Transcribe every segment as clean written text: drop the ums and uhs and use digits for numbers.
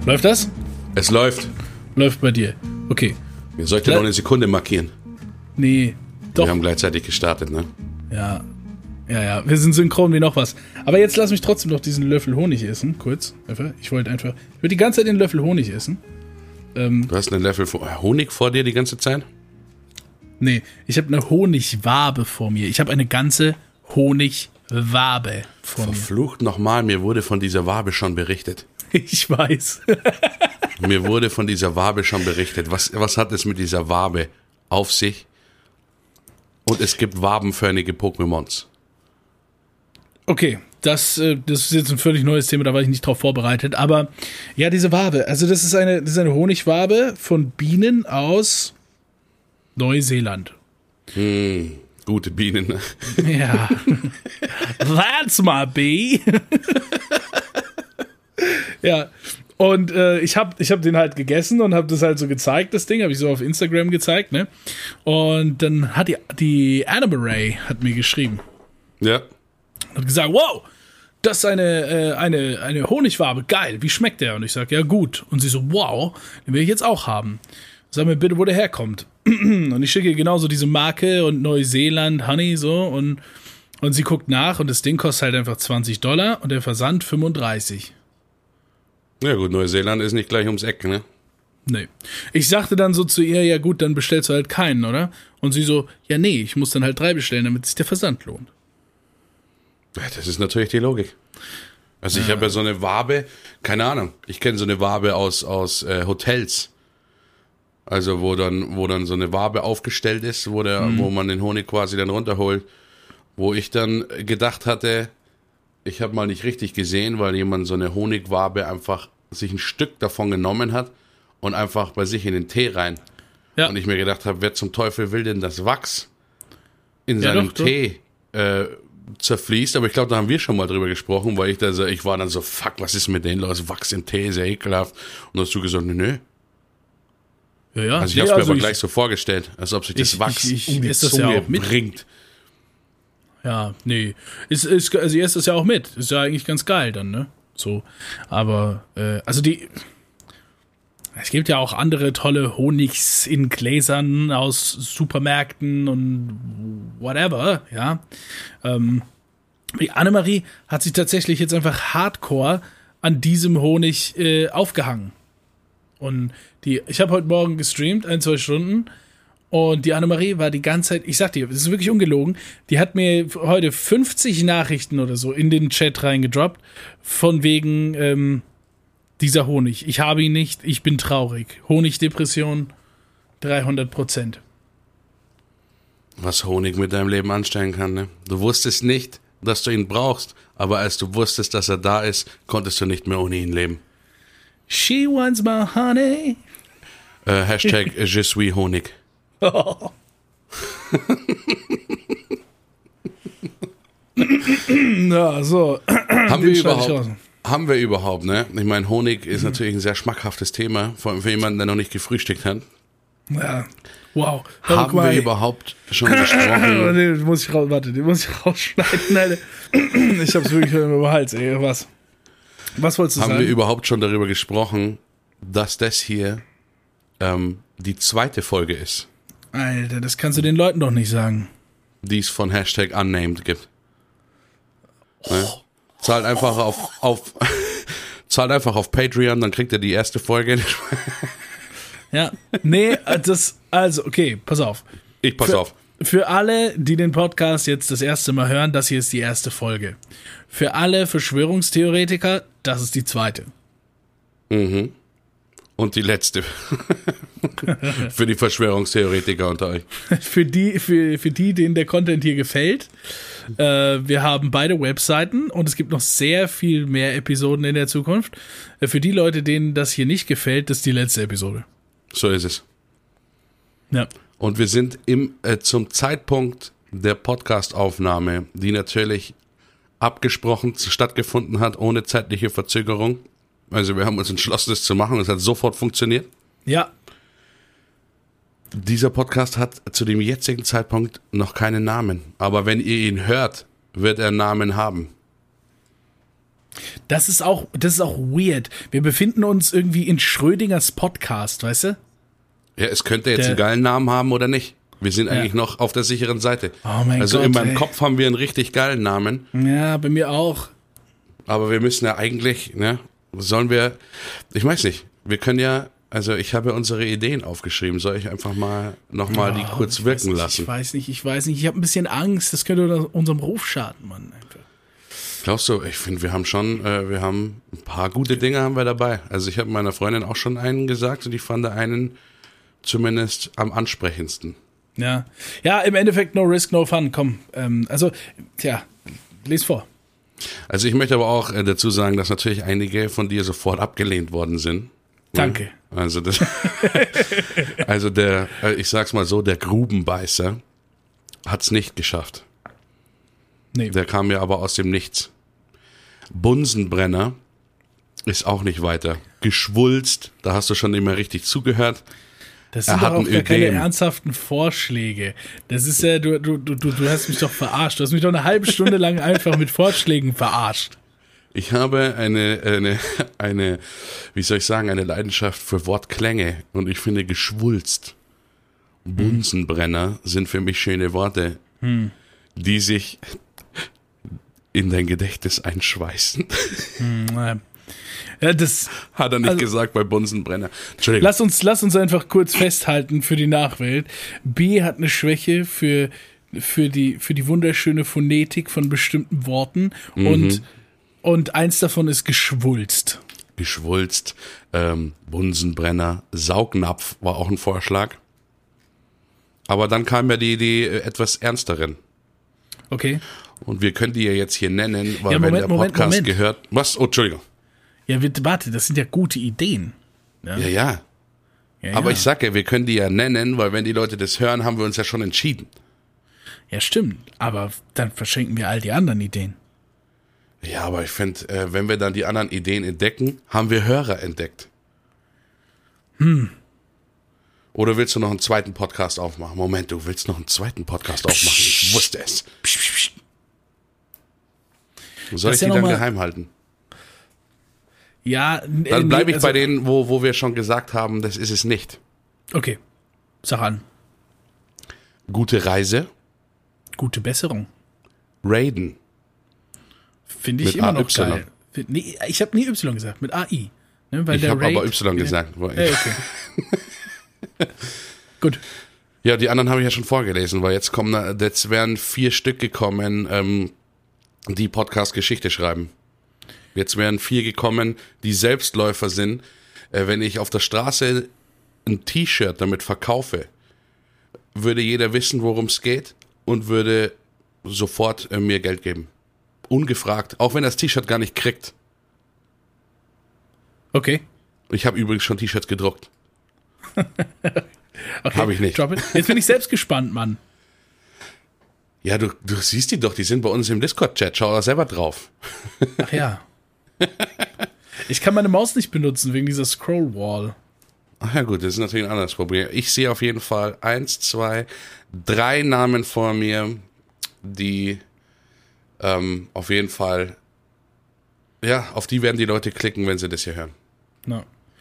Läuft das? Es läuft. Läuft bei dir. Okay. Ihr solltet noch eine Sekunde markieren. Nee, doch. Wir haben gleichzeitig gestartet, ne? Ja. Wir sind synchron wie noch was. Aber jetzt lass mich trotzdem noch diesen Löffel Honig essen. Kurz. Ich würde die ganze Zeit den Löffel Honig essen. Du hast einen Löffel Honig vor dir die ganze Zeit? Nee, ich habe eine Honigwabe vor mir. Ich habe eine ganze Honigwabe vor mir. Verflucht nochmal, mir wurde von dieser Wabe schon berichtet. Ich weiß. Mir wurde von dieser Wabe schon berichtet. Was hat es mit dieser Wabe auf sich? Und es gibt wabenförmige Pokémons. Okay, das ist jetzt ein völlig neues Thema, da war ich nicht drauf vorbereitet. Aber ja, diese Wabe, also das ist eine Honigwabe von Bienen aus Neuseeland. Gute Bienen. Ne? Ja. That's my bee. Ja. Und ich hab den halt gegessen und habe das halt so gezeigt, das Ding, habe ich so auf Instagram gezeigt, ne? Und dann hat die Anna Ray hat mir geschrieben. Ja. Hat gesagt, wow, das ist eine Honigwabe, geil, wie schmeckt der? Und ich sag, ja gut. Und sie so, wow, den will ich jetzt auch haben. Sag mir bitte, wo der herkommt. Und ich schicke ihr genauso diese Marke und Neuseeland, Honey, so. Und sie guckt nach und das Ding kostet halt einfach $20 und der Versand 35. Ja gut, Neuseeland ist nicht gleich ums Eck, ne? Nee. Ich sagte dann so zu ihr, ja gut, dann bestellst du halt keinen, oder? Und sie so, ja nee, ich muss dann halt 3 bestellen, damit sich der Versand lohnt. Ja, das ist natürlich die Logik. Also ich habe ja so eine Wabe, keine Ahnung, ich kenne so eine Wabe aus Hotels. Also wo dann so eine Wabe aufgestellt ist, wo man den Honig quasi dann runterholt. Wo ich dann gedacht hatte, ich habe mal nicht richtig gesehen, weil jemand so eine Honigwabe einfach sich ein Stück davon genommen hat und einfach bei sich in den Tee rein. Ja. Und ich mir gedacht habe, wer zum Teufel will denn das Wachs in seinem Tee zerfließt? Aber ich glaube, da haben wir schon mal drüber gesprochen, weil ich war dann so, fuck, was ist mit denen los? Wachs im Tee, sehr ekelhaft. Und hast du gesagt, nö. Ja. Also ich habe es mir aber gleich so vorgestellt, als ob sich das Wachs um die Zunge bringt. Ja, nee. Also ihr esst das ja auch mit. Ist ja eigentlich ganz geil dann, ne? So. Aber, es gibt ja auch andere tolle Honigs in Gläsern aus Supermärkten und whatever, ja. Die Annemarie hat sich tatsächlich jetzt einfach hardcore an diesem Honig aufgehangen. Und ich habe heute Morgen gestreamt, 1-2 Stunden. Und die Annemarie war die ganze Zeit, ich sag dir, das ist wirklich ungelogen, die hat mir heute 50 Nachrichten oder so in den Chat reingedroppt, von wegen dieser Honig. Ich habe ihn nicht, ich bin traurig. Honigdepression, 300%. Was Honig mit deinem Leben anstellen kann, ne? Du wusstest nicht, dass du ihn brauchst, aber als du wusstest, dass er da ist, konntest du nicht mehr ohne ihn leben. She wants my honey. Hashtag Je suis Honig. Oh. Na, so. Haben wir überhaupt, ne? Ich meine, Honig ist natürlich ein sehr schmackhaftes Thema, vor allem für jemanden, der noch nicht gefrühstückt hat. Ja, wow. Haben wir überhaupt schon gesprochen? Den muss ich rausschneiden, Alter. Ich hab's wirklich über den Hals, ey, was? Was wolltest du sagen? Haben wir überhaupt schon darüber gesprochen, dass das hier die 2. Folge ist? Alter, das kannst du den Leuten doch nicht sagen. Die es von Hashtag Unnamed gibt. Ne? Zahlt einfach auf Patreon, dann kriegt ihr die erste Folge. Ja, nee, okay, pass auf. Pass auf. Für alle, die den Podcast jetzt das erste Mal hören, das hier ist die erste Folge. Für alle Verschwörungstheoretiker, das ist die 2. Mhm. Und die letzte. Für die Verschwörungstheoretiker unter euch. Für die, denen der Content hier gefällt. Wir haben beide Webseiten und es gibt noch sehr viel mehr Episoden in der Zukunft. Für die Leute, denen das hier nicht gefällt, das ist die letzte Episode. So ist es. Ja. Und wir sind zum Zeitpunkt der Podcast-Aufnahme, die natürlich abgesprochen stattgefunden hat, ohne zeitliche Verzögerung. Also wir haben uns entschlossen, das zu machen. Es hat sofort funktioniert. Ja. Dieser Podcast hat zu dem jetzigen Zeitpunkt noch keinen Namen. Aber wenn ihr ihn hört, wird er einen Namen haben. Das ist auch weird. Wir befinden uns irgendwie in Schrödingers Podcast, weißt du? Ja, es könnte jetzt einen geilen Namen haben oder nicht. Wir sind eigentlich noch auf der sicheren Seite. Oh mein also Gott, in meinem Kopf haben wir einen richtig geilen Namen. Ja, bei mir auch. Aber wir müssen ja eigentlich, ne, ich weiß nicht, wir können ja, also ich habe ja unsere Ideen aufgeschrieben. Soll ich einfach nochmal die kurz wirken lassen? Ich weiß nicht. Ich habe ein bisschen Angst. Das könnte unserem Ruf schaden, Mann. Einfach. Glaubst du? Ich finde, wir haben ein paar gute Dinge haben wir dabei. Also ich habe meiner Freundin auch schon einen gesagt und ich fand einen zumindest am ansprechendsten. Ja, im Endeffekt no risk, no fun. Komm, les vor. Also ich möchte aber auch dazu sagen, dass natürlich einige von dir sofort abgelehnt worden sind. Danke. Also ich sag's mal so, der Grubenbeißer hat's nicht geschafft. Nee. Der kam ja aber aus dem Nichts. Bunsenbrenner ist auch nicht weiter. Geschwulst, da hast du schon nicht mehr richtig zugehört. Das sind doch auch gar keine ernsthaften Vorschläge. Das ist ja, du hast mich doch verarscht. Du hast mich doch eine halbe Stunde lang einfach mit Vorschlägen verarscht. Ich habe eine Leidenschaft für Wortklänge und ich finde geschwulst. Bunsenbrenner sind für mich schöne Worte, die sich in dein Gedächtnis einschweißen. Ja, das hat er nicht gesagt bei Bunsenbrenner. Entschuldigung. Lass uns einfach kurz festhalten für die Nachwelt. B hat eine Schwäche für die wunderschöne Phonetik von bestimmten Worten und eins davon ist geschwulst. Geschwulst, Bunsenbrenner, Saugnapf war auch ein Vorschlag. Aber dann kamen ja die etwas ernsteren. Okay. Und wir können die ja jetzt hier nennen, weil wenn der Podcast gehört... Was? Oh, Entschuldigung. Ja, warte, das sind ja gute Ideen. Ja. Aber ich sag ja, wir können die ja nennen, weil wenn die Leute das hören, haben wir uns ja schon entschieden. Ja, stimmt. Aber dann verschenken wir all die anderen Ideen. Ja, aber ich finde, wenn wir dann die anderen Ideen entdecken, haben wir Hörer entdeckt. Oder willst du noch einen zweiten Podcast aufmachen? Moment, du willst noch einen zweiten Podcast aufmachen. Ich wusste es. Soll ich die dann geheim halten? Ja, dann bleibe ich bei denen, wo wir schon gesagt haben, das ist es nicht. Okay, sag an. Gute Reise. Gute Besserung. Raiden. Finde ich mit immer noch AY. geil. Nee, ich habe nie Y gesagt, mit AI. Ne, weil ich habe aber Y gesagt. Okay. Gut. Ja, die anderen habe ich ja schon vorgelesen, weil jetzt wären 4 Stück gekommen, die Podcast-Geschichte schreiben. Jetzt wären 4 gekommen, die Selbstläufer sind. Wenn ich auf der Straße ein T-Shirt damit verkaufe, würde jeder wissen, worum es geht und würde sofort mir Geld geben. Ungefragt, auch wenn er das T-Shirt gar nicht kriegt. Okay. Ich habe übrigens schon T-Shirts gedruckt. Okay. Habe ich nicht. Drop it. Jetzt bin ich selbst gespannt, Mann. Ja, du siehst die doch, die sind bei uns im Discord-Chat. Schau da selber drauf. Ach ja. Ich kann meine Maus nicht benutzen wegen dieser Scroll-Wall. Ach ja gut, das ist natürlich ein anderes Problem. Ich sehe auf jeden Fall 1, 2, 3 Namen vor mir, die auf jeden Fall, ja, auf die werden die Leute klicken, wenn sie das hier hören. No.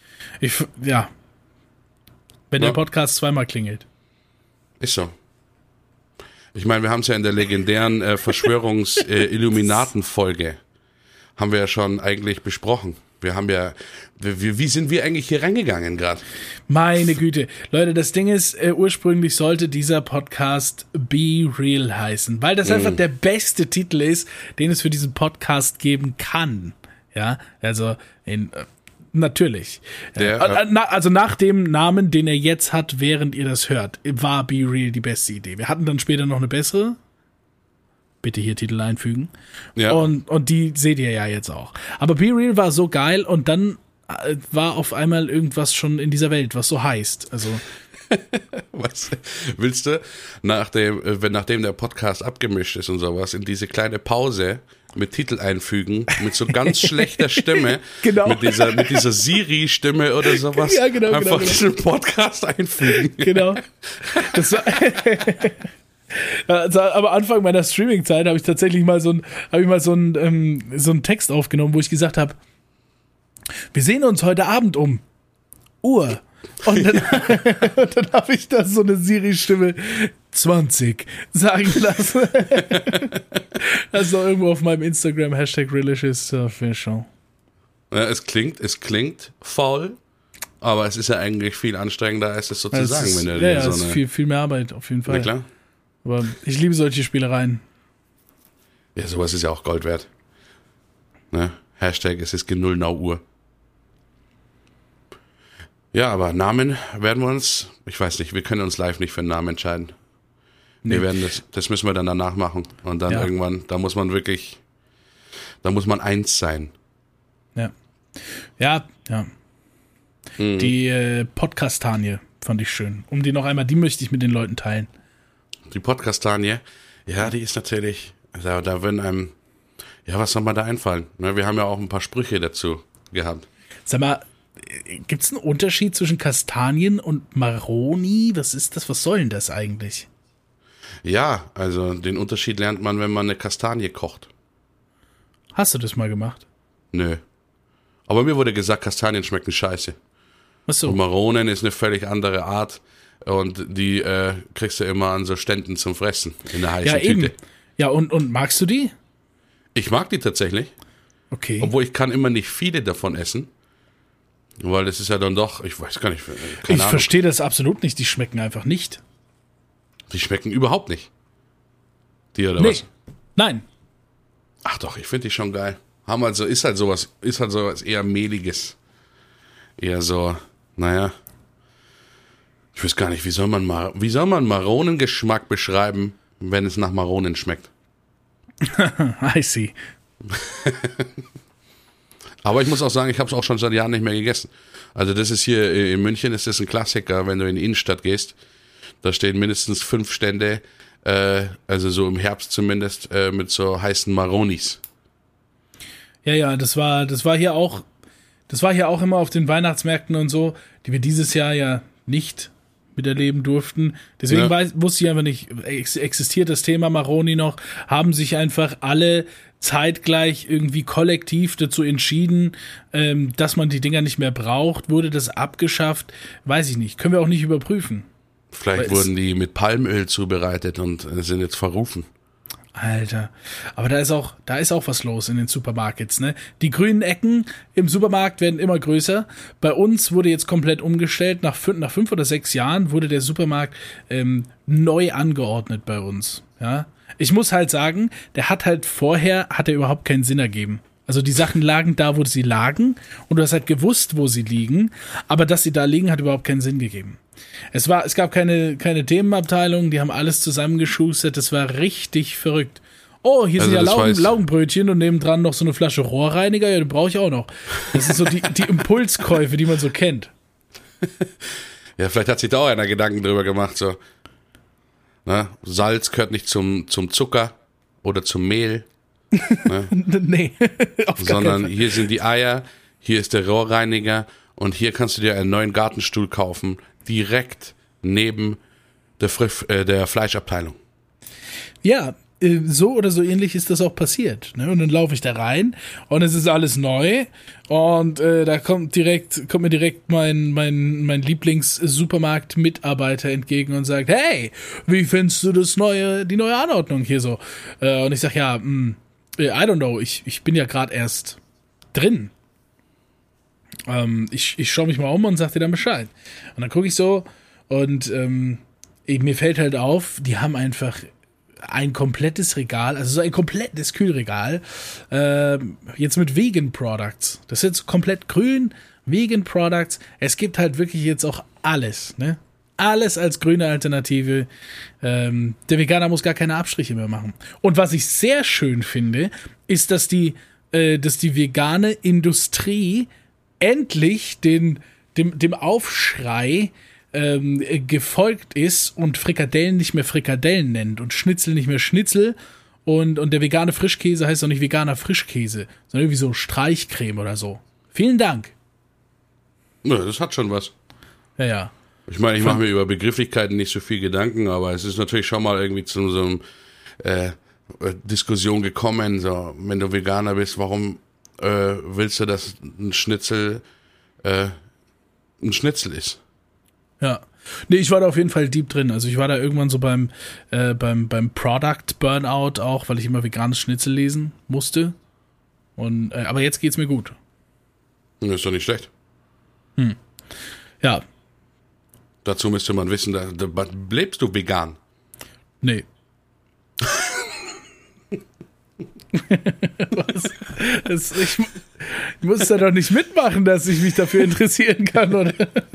Wenn der Podcast zweimal klingelt. Ist so. Ich meine, wir haben es ja in der legendären Verschwörungs-Illuminaten-Folge haben wir ja schon eigentlich besprochen. Wir haben ja, wie sind wir eigentlich hier reingegangen gerade? Meine Güte. Leute, das Ding ist, ursprünglich sollte dieser Podcast Be Real heißen, weil das einfach der beste Titel ist, den es für diesen Podcast geben kann. Ja, also natürlich. Also nach dem Namen, den er jetzt hat, während ihr das hört, war Be Real die beste Idee. Wir hatten dann später noch eine bessere. Bitte hier Titel einfügen. Ja. Und die seht ihr ja jetzt auch. Aber Be Real war so geil und dann war auf einmal irgendwas schon in dieser Welt, was so heißt. Also was willst du, nachdem der Podcast abgemischt ist und sowas, in diese kleine Pause mit Titel einfügen, mit so ganz schlechter Stimme, genau. mit dieser Siri-Stimme oder sowas, ja, genau, einfach diesen Podcast einfügen. Genau. Also, am Anfang meiner Streaming-Zeit habe ich tatsächlich mal so einen Text aufgenommen, wo ich gesagt habe, wir sehen uns heute Abend um Uhr. Und dann, und dann habe ich da so eine Siri-Stimme 20 sagen lassen. Das ist doch irgendwo auf meinem Instagram #ReligiousOfficial. Ja, es klingt faul, aber es ist ja eigentlich viel anstrengender, als es sozusagen. Es ist viel mehr Arbeit, auf jeden Fall. Na klar. Aber ich liebe solche Spielereien. Ja, sowas ist ja auch Gold wert. Ne? #, es ist 0 Uhr. Ja, aber Namen werden wir uns, ich weiß nicht, wir können uns live nicht für einen Namen entscheiden. Wir werden das müssen wir dann danach machen. Und dann irgendwann, da muss man eins sein. Ja. Ja. Die Podcastanie fand ich schön. Die möchte ich mit den Leuten teilen. Die Podcastanie, ja, die ist natürlich, da würden einem, ja, was soll man da einfallen? Wir haben ja auch ein paar Sprüche dazu gehabt. Sag mal, gibt es einen Unterschied zwischen Kastanien und Maroni? Was ist das? Was soll denn das eigentlich? Ja, also den Unterschied lernt man, wenn man eine Kastanie kocht. Hast du das mal gemacht? Nö. Aber mir wurde gesagt, Kastanien schmecken scheiße. Ach so. Und Maronen ist eine völlig andere Art und die kriegst du immer an so Ständen zum Fressen in der heißen Tüte. Eben. Ja, und magst du die? Ich mag die tatsächlich. Okay. Obwohl ich kann immer nicht viele davon essen. Weil das ist ja dann doch, ich weiß gar nicht. Ich verstehe das absolut nicht. Die schmecken einfach nicht. Die schmecken überhaupt nicht. Die oder was? Nein. Ach doch, ich finde die schon geil. Ist halt sowas eher mehliges. Eher so, naja. Ich weiß gar nicht, wie soll man Maronengeschmack beschreiben, wenn es nach Maronen schmeckt? I see. Aber ich muss auch sagen, ich habe es auch schon seit Jahren nicht mehr gegessen. Also das ist hier in München, ist das ein Klassiker, wenn du in die Innenstadt gehst. Da stehen mindestens 5 Stände, also so im Herbst zumindest, mit so heißen Maronis. Ja, das war hier auch immer auf den Weihnachtsmärkten und so, die wir dieses Jahr ja nicht miterleben durften. Deswegen wusste ich einfach nicht, existiert das Thema Maroni noch, haben sich einfach alle zeitgleich irgendwie kollektiv dazu entschieden, dass man die Dinger nicht mehr braucht. Wurde das abgeschafft? Weiß ich nicht. Können wir auch nicht überprüfen. Vielleicht wurden die mit Palmöl zubereitet und sind jetzt verrufen. Alter, aber da ist auch was los in den Supermarkets, ne? Die grünen Ecken im Supermarkt werden immer größer. Bei uns wurde jetzt komplett umgestellt. Nach 5 oder 6 Jahren wurde der Supermarkt neu angeordnet bei uns, ja? Ich muss halt sagen, vorher hat er überhaupt keinen Sinn ergeben. Also die Sachen lagen da, wo sie lagen und du hast halt gewusst, wo sie liegen, aber dass sie da liegen, hat überhaupt keinen Sinn gegeben. Es gab keine Themenabteilung, die haben alles zusammengeschustert, das war richtig verrückt. Oh, hier sind ja Laugenbrötchen und nebendran noch so eine Flasche Rohrreiniger, ja, die brauche ich auch noch. Das sind so die Impulskäufe, die man so kennt. Ja, vielleicht hat sich da auch einer Gedanken drüber gemacht, so. Ne? Salz gehört nicht zum Zucker oder zum Mehl. Ne? Nee, sondern hier sind die Eier, hier ist der Rohrreiniger und hier kannst du dir einen neuen Gartenstuhl kaufen, direkt neben der Fleischabteilung. Ja, so oder so ähnlich ist das auch passiert. Ne? Und dann laufe ich da rein und es ist alles neu und da kommt mir direkt mein Lieblings-Supermarkt-Mitarbeiter entgegen und sagt, hey, wie findest du die neue Anordnung hier so? Und ich sage, ja, I don't know, ich bin ja gerade erst drin. Ich schaue mich mal um und sag dir dann Bescheid. Und dann gucke ich so und mir fällt halt auf, die haben einfach ein komplettes Regal, also so ein komplettes Kühlregal, jetzt mit Vegan Products. Das ist jetzt komplett grün, Vegan Products. Es gibt halt wirklich jetzt auch alles, ne? Alles als grüne Alternative. Der Veganer muss gar keine Abstriche mehr machen. Und was ich sehr schön finde, ist, dass die vegane Industrie endlich dem Aufschrei gefolgt ist und Frikadellen nicht mehr Frikadellen nennt und Schnitzel nicht mehr Schnitzel und der vegane Frischkäse heißt auch nicht veganer Frischkäse, sondern irgendwie so Streichcreme oder so. Vielen Dank. Ja, das hat schon was. Ja. Ich meine, ich mache mir über Begrifflichkeiten nicht so viel Gedanken, aber es ist natürlich schon mal irgendwie zu so einem Diskussion gekommen, so, wenn du Veganer bist, warum willst du, dass ein Schnitzel ist? Ja. Nee, ich war da auf jeden Fall deep drin. Also ich war da irgendwann so beim Product Burnout auch, weil ich immer veganes Schnitzel lesen musste. Und aber jetzt geht's mir gut. Das ist doch nicht schlecht. Ja. Dazu müsste man wissen, da lebst du vegan? Nee. Ich muss da doch nicht mitmachen, dass ich mich dafür interessieren kann, oder?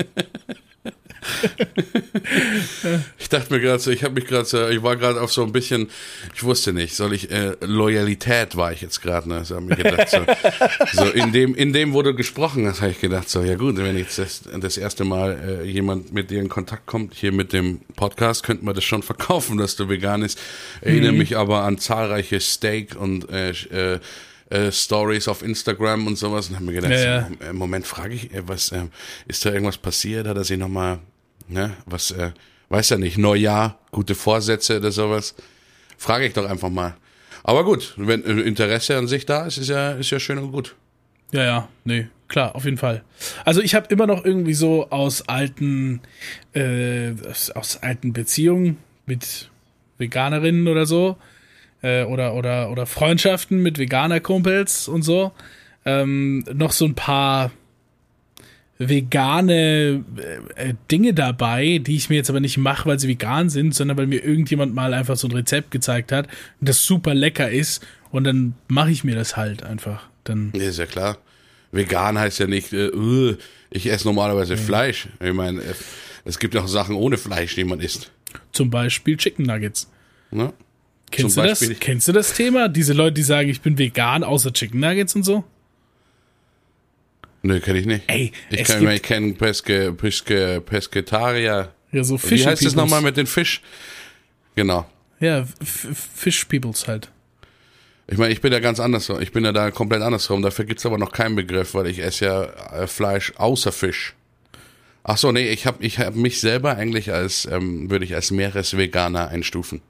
Ich dachte mir gerade so, ich war gerade auf so ein bisschen, ich wusste nicht, Loyalität war ich jetzt gerade, ne? So habe ich gedacht, so in dem, wo du gesprochen hast, habe ich gedacht, so, ja gut, wenn jetzt das erste Mal jemand mit dir in Kontakt kommt, hier mit dem Podcast, könnte man das schon verkaufen, dass du vegan bist. Erinnere mich aber an zahlreiche Steak und Stories auf Instagram und sowas und habe mir gedacht, Ja. So, im Moment frage ich, was ist da irgendwas passiert, hat er sich nochmal, ne, was, weiß ja nicht, Neujahr, gute Vorsätze oder sowas, frage ich doch einfach mal. Aber gut, wenn Interesse an sich da ist, ist ja schön und gut. Ja, nee, klar, auf jeden Fall. Also ich habe immer noch irgendwie so aus alten Beziehungen mit Veganerinnen oder so, oder Freundschaften mit Veganer-Kumpels und so, noch so ein paar vegane Dinge dabei, die ich mir jetzt aber nicht mache, weil sie vegan sind, sondern weil mir irgendjemand mal einfach so ein Rezept gezeigt hat und das super lecker ist und dann mache ich mir das halt einfach. Dann Ja, ist ja klar. Vegan heißt ja nicht, ich esse normalerweise Fleisch. Ich meine, es gibt auch Sachen ohne Fleisch, die man isst. zum Beispiel Chicken Nuggets. Ne? Kennst Zum du Beispiel das? Kennst du das Thema? Diese Leute, die sagen, ich bin vegan, außer Chicken Nuggets und so? Nö, kenne ich nicht. Ey, Ich kenne Pesketarier. Ja, so Wie Fish heißt das Peoples. nochmal mit den Fisch? Genau. Ja, Fish Peoples halt. Ich meine, ich bin ja ganz andersrum. Ich bin ja da komplett andersrum. Dafür gibt's aber noch keinen Begriff, weil ich esse ja Fleisch außer Fisch. Ach so, nee, ich hab mich selber eigentlich würde ich als Meeresveganer einstufen.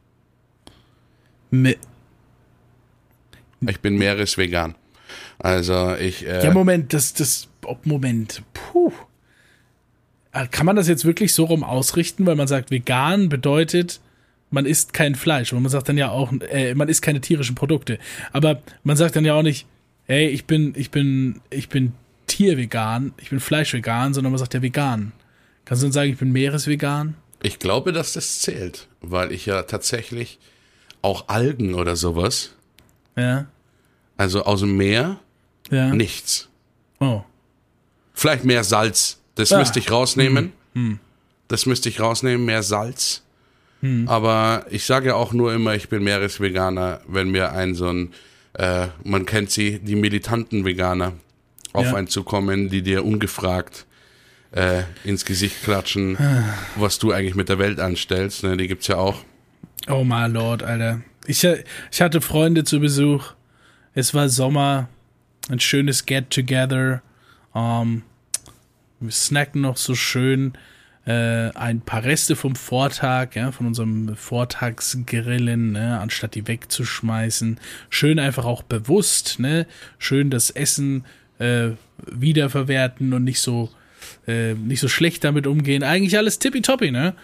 Ich bin Meeresvegan. Also ich... Ja, Moment, Moment. Puh. Kann man das jetzt wirklich so rum ausrichten, weil man sagt, vegan bedeutet, man isst kein Fleisch. Und man sagt dann ja auch, man isst keine tierischen Produkte. Aber man sagt dann ja auch nicht, hey, ich bin Tiervegan, ich bin Fleischvegan, sondern man sagt ja vegan. Kannst du dann sagen, ich bin Meeresvegan? Ich glaube, dass das zählt, weil ich ja tatsächlich auch Algen oder sowas, Ja. also aus dem Meer, Ja. nichts. Oh. Vielleicht mehr Salz, das müsste ich rausnehmen. Das müsste ich rausnehmen, mehr Salz. Aber ich sage ja auch nur immer, ich bin Meeresveganer, wenn mir man kennt sie, die militanten Veganer, auf einen zukommen, die dir ungefragt ins Gesicht klatschen, was du eigentlich mit der Welt anstellst. Ne? Die gibt's ja auch. Oh my Lord, Alter. Ich hatte Freunde zu Besuch. Es war Sommer. Ein schönes Get-Together. Wir snacken noch so schön ein paar Reste vom Vortag, ja, von unserem Vortagsgrillen, ne, anstatt die wegzuschmeißen. Schön einfach auch bewusst, ne? Schön das Essen wiederverwerten und nicht so schlecht damit umgehen. Eigentlich alles tippitoppi, ne?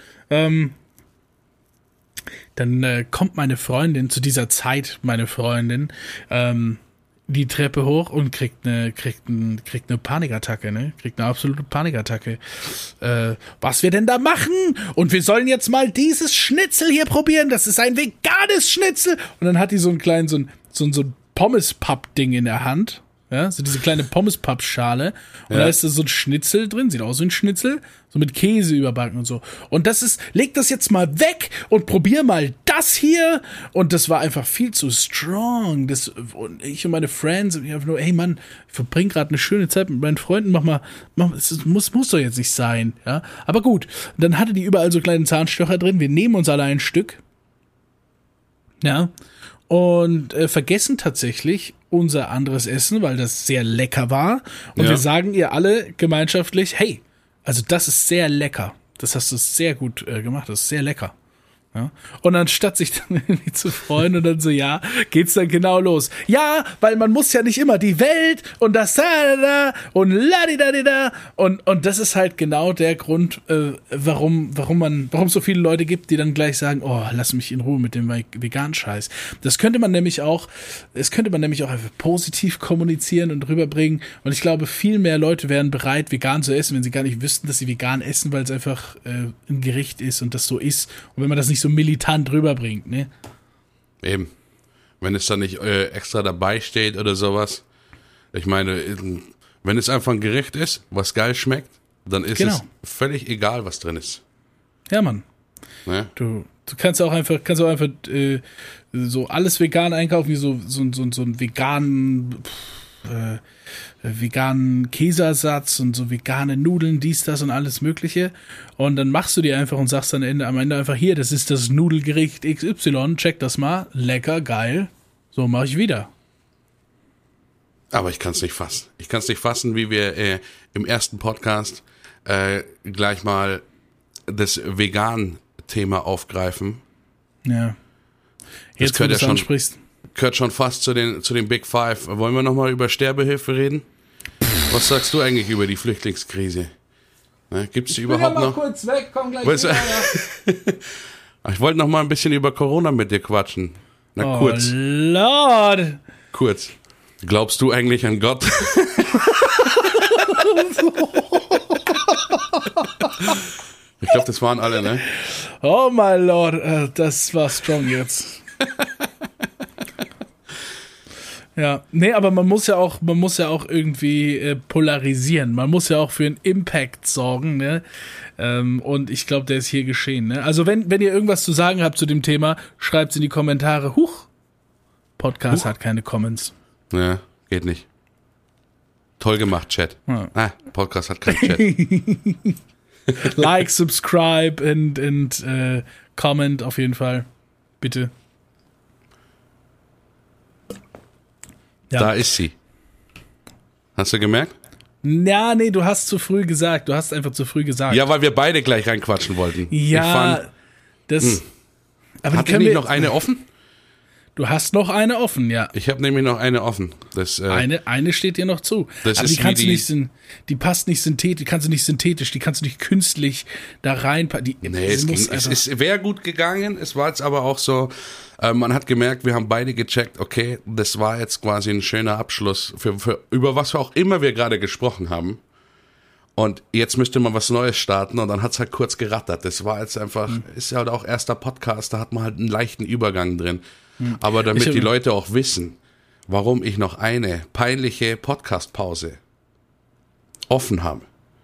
Dann kommt meine Freundin, zu dieser Zeit meine Freundin, die Treppe hoch und kriegt eine Panikattacke, ne? Kriegt eine absolute Panikattacke. Was wir denn da machen? Und wir sollen jetzt mal dieses Schnitzel hier probieren. Das ist ein veganes Schnitzel. Und dann hat die so einen kleinen, so ein Pommes-Papp-Ding in der Hand. Ja, so diese kleine Pommes-Papp-Schale. Und da ist da so ein Schnitzel drin, sieht aus wie ein Schnitzel, so mit Käse überbacken und so. Und leg das jetzt mal weg und probier mal das hier. Und das war einfach viel zu strong. Und ich und meine Friends, ich einfach nur, hey Mann, ich verbringe gerade eine schöne Zeit mit meinen Freunden, es muss doch jetzt nicht sein, ja. Aber gut, dann hatte die überall so kleine Zahnstocher drin, wir nehmen uns alle ein Stück. Ja. Und vergessen tatsächlich unser anderes Essen, weil das sehr lecker war. Und wir sagen ihr alle gemeinschaftlich, hey, also das ist sehr lecker. Das hast du sehr gut gemacht, das ist sehr lecker. Ja? Und anstatt sich dann irgendwie zu freuen und dann so, ja, geht's dann genau los. Ja, weil man muss ja nicht immer die Welt und das da und la-di-da-di-da und das ist halt genau der Grund, warum es so viele Leute gibt, die dann gleich sagen, oh, lass mich in Ruhe mit dem veganen Scheiß. Das könnte man nämlich auch einfach positiv kommunizieren und rüberbringen und ich glaube, viel mehr Leute wären bereit, vegan zu essen, wenn sie gar nicht wüssten, dass sie vegan essen, weil es einfach ein Gericht ist und das so ist. Und wenn man das nicht so militant rüberbringt, ne? Eben. Wenn es dann nicht extra dabei steht oder sowas. Ich meine, wenn es einfach ein Gericht ist, was geil schmeckt, dann ist es völlig egal, was drin ist. Ja, Mann. Ne? Du kannst auch einfach so alles vegan einkaufen, wie so einen veganen Käseersatz und so vegane Nudeln, dies, das und alles Mögliche. Und dann machst du dir einfach und sagst dann am Ende einfach, hier, das ist das Nudelgericht XY, check das mal, lecker, geil, so mache ich wieder. Aber ich kann es nicht fassen. Ich kann es nicht fassen, wie wir im ersten Podcast gleich mal das Vegan-Thema aufgreifen. Ja. Jetzt, wo du es ansprichst. Gehört schon fast zu den Big Five. Wollen wir nochmal über Sterbehilfe reden? Was sagst du eigentlich über die Flüchtlingskrise? Ne, gibt's die überhaupt noch? Ich bin ja mal kurz weg, komm gleich wieder. Ich wollte noch mal ein bisschen über Corona mit dir quatschen. Na, kurz. Oh Lord! Kurz. Glaubst du eigentlich an Gott? Ich glaube, das waren alle, ne? Oh my Lord, das war strong jetzt. Ja, nee, aber man muss ja auch irgendwie polarisieren. Man muss ja auch für einen Impact sorgen, ne? Und ich glaube, der ist hier geschehen, ne? Also wenn ihr irgendwas zu sagen habt zu dem Thema, schreibt's in die Kommentare. Podcast hat keine Comments. Ja, geht nicht. Toll gemacht, Chat. Ja. Podcast hat keinen Chat. Like, subscribe und comment auf jeden Fall. Bitte. Ja. Da ist sie. Hast du gemerkt? Ja, nee, du hast zu früh gesagt. Du hast einfach zu früh gesagt. Ja, weil wir beide gleich reinquatschen wollten. Ja, aber hat nicht noch eine offen? Du hast noch eine offen, ja. Ich habe nämlich noch eine offen. Eine steht dir noch zu. Aber die kannst du nicht, die passt nicht synthetisch, die kannst du nicht synthetisch, die kannst du nicht künstlich da reinpacken. Es wäre gut gegangen, es war jetzt aber auch so, man hat gemerkt, wir haben beide gecheckt, okay, das war jetzt quasi ein schöner Abschluss für über was auch immer wir gerade gesprochen haben. Und jetzt müsste man was Neues starten und dann hat's halt kurz gerattert. Das war jetzt einfach, ist ja halt auch erster Podcast, da hat man halt einen leichten Übergang drin. Aber damit die Leute auch wissen, warum ich noch eine peinliche Podcast-Pause offen habe,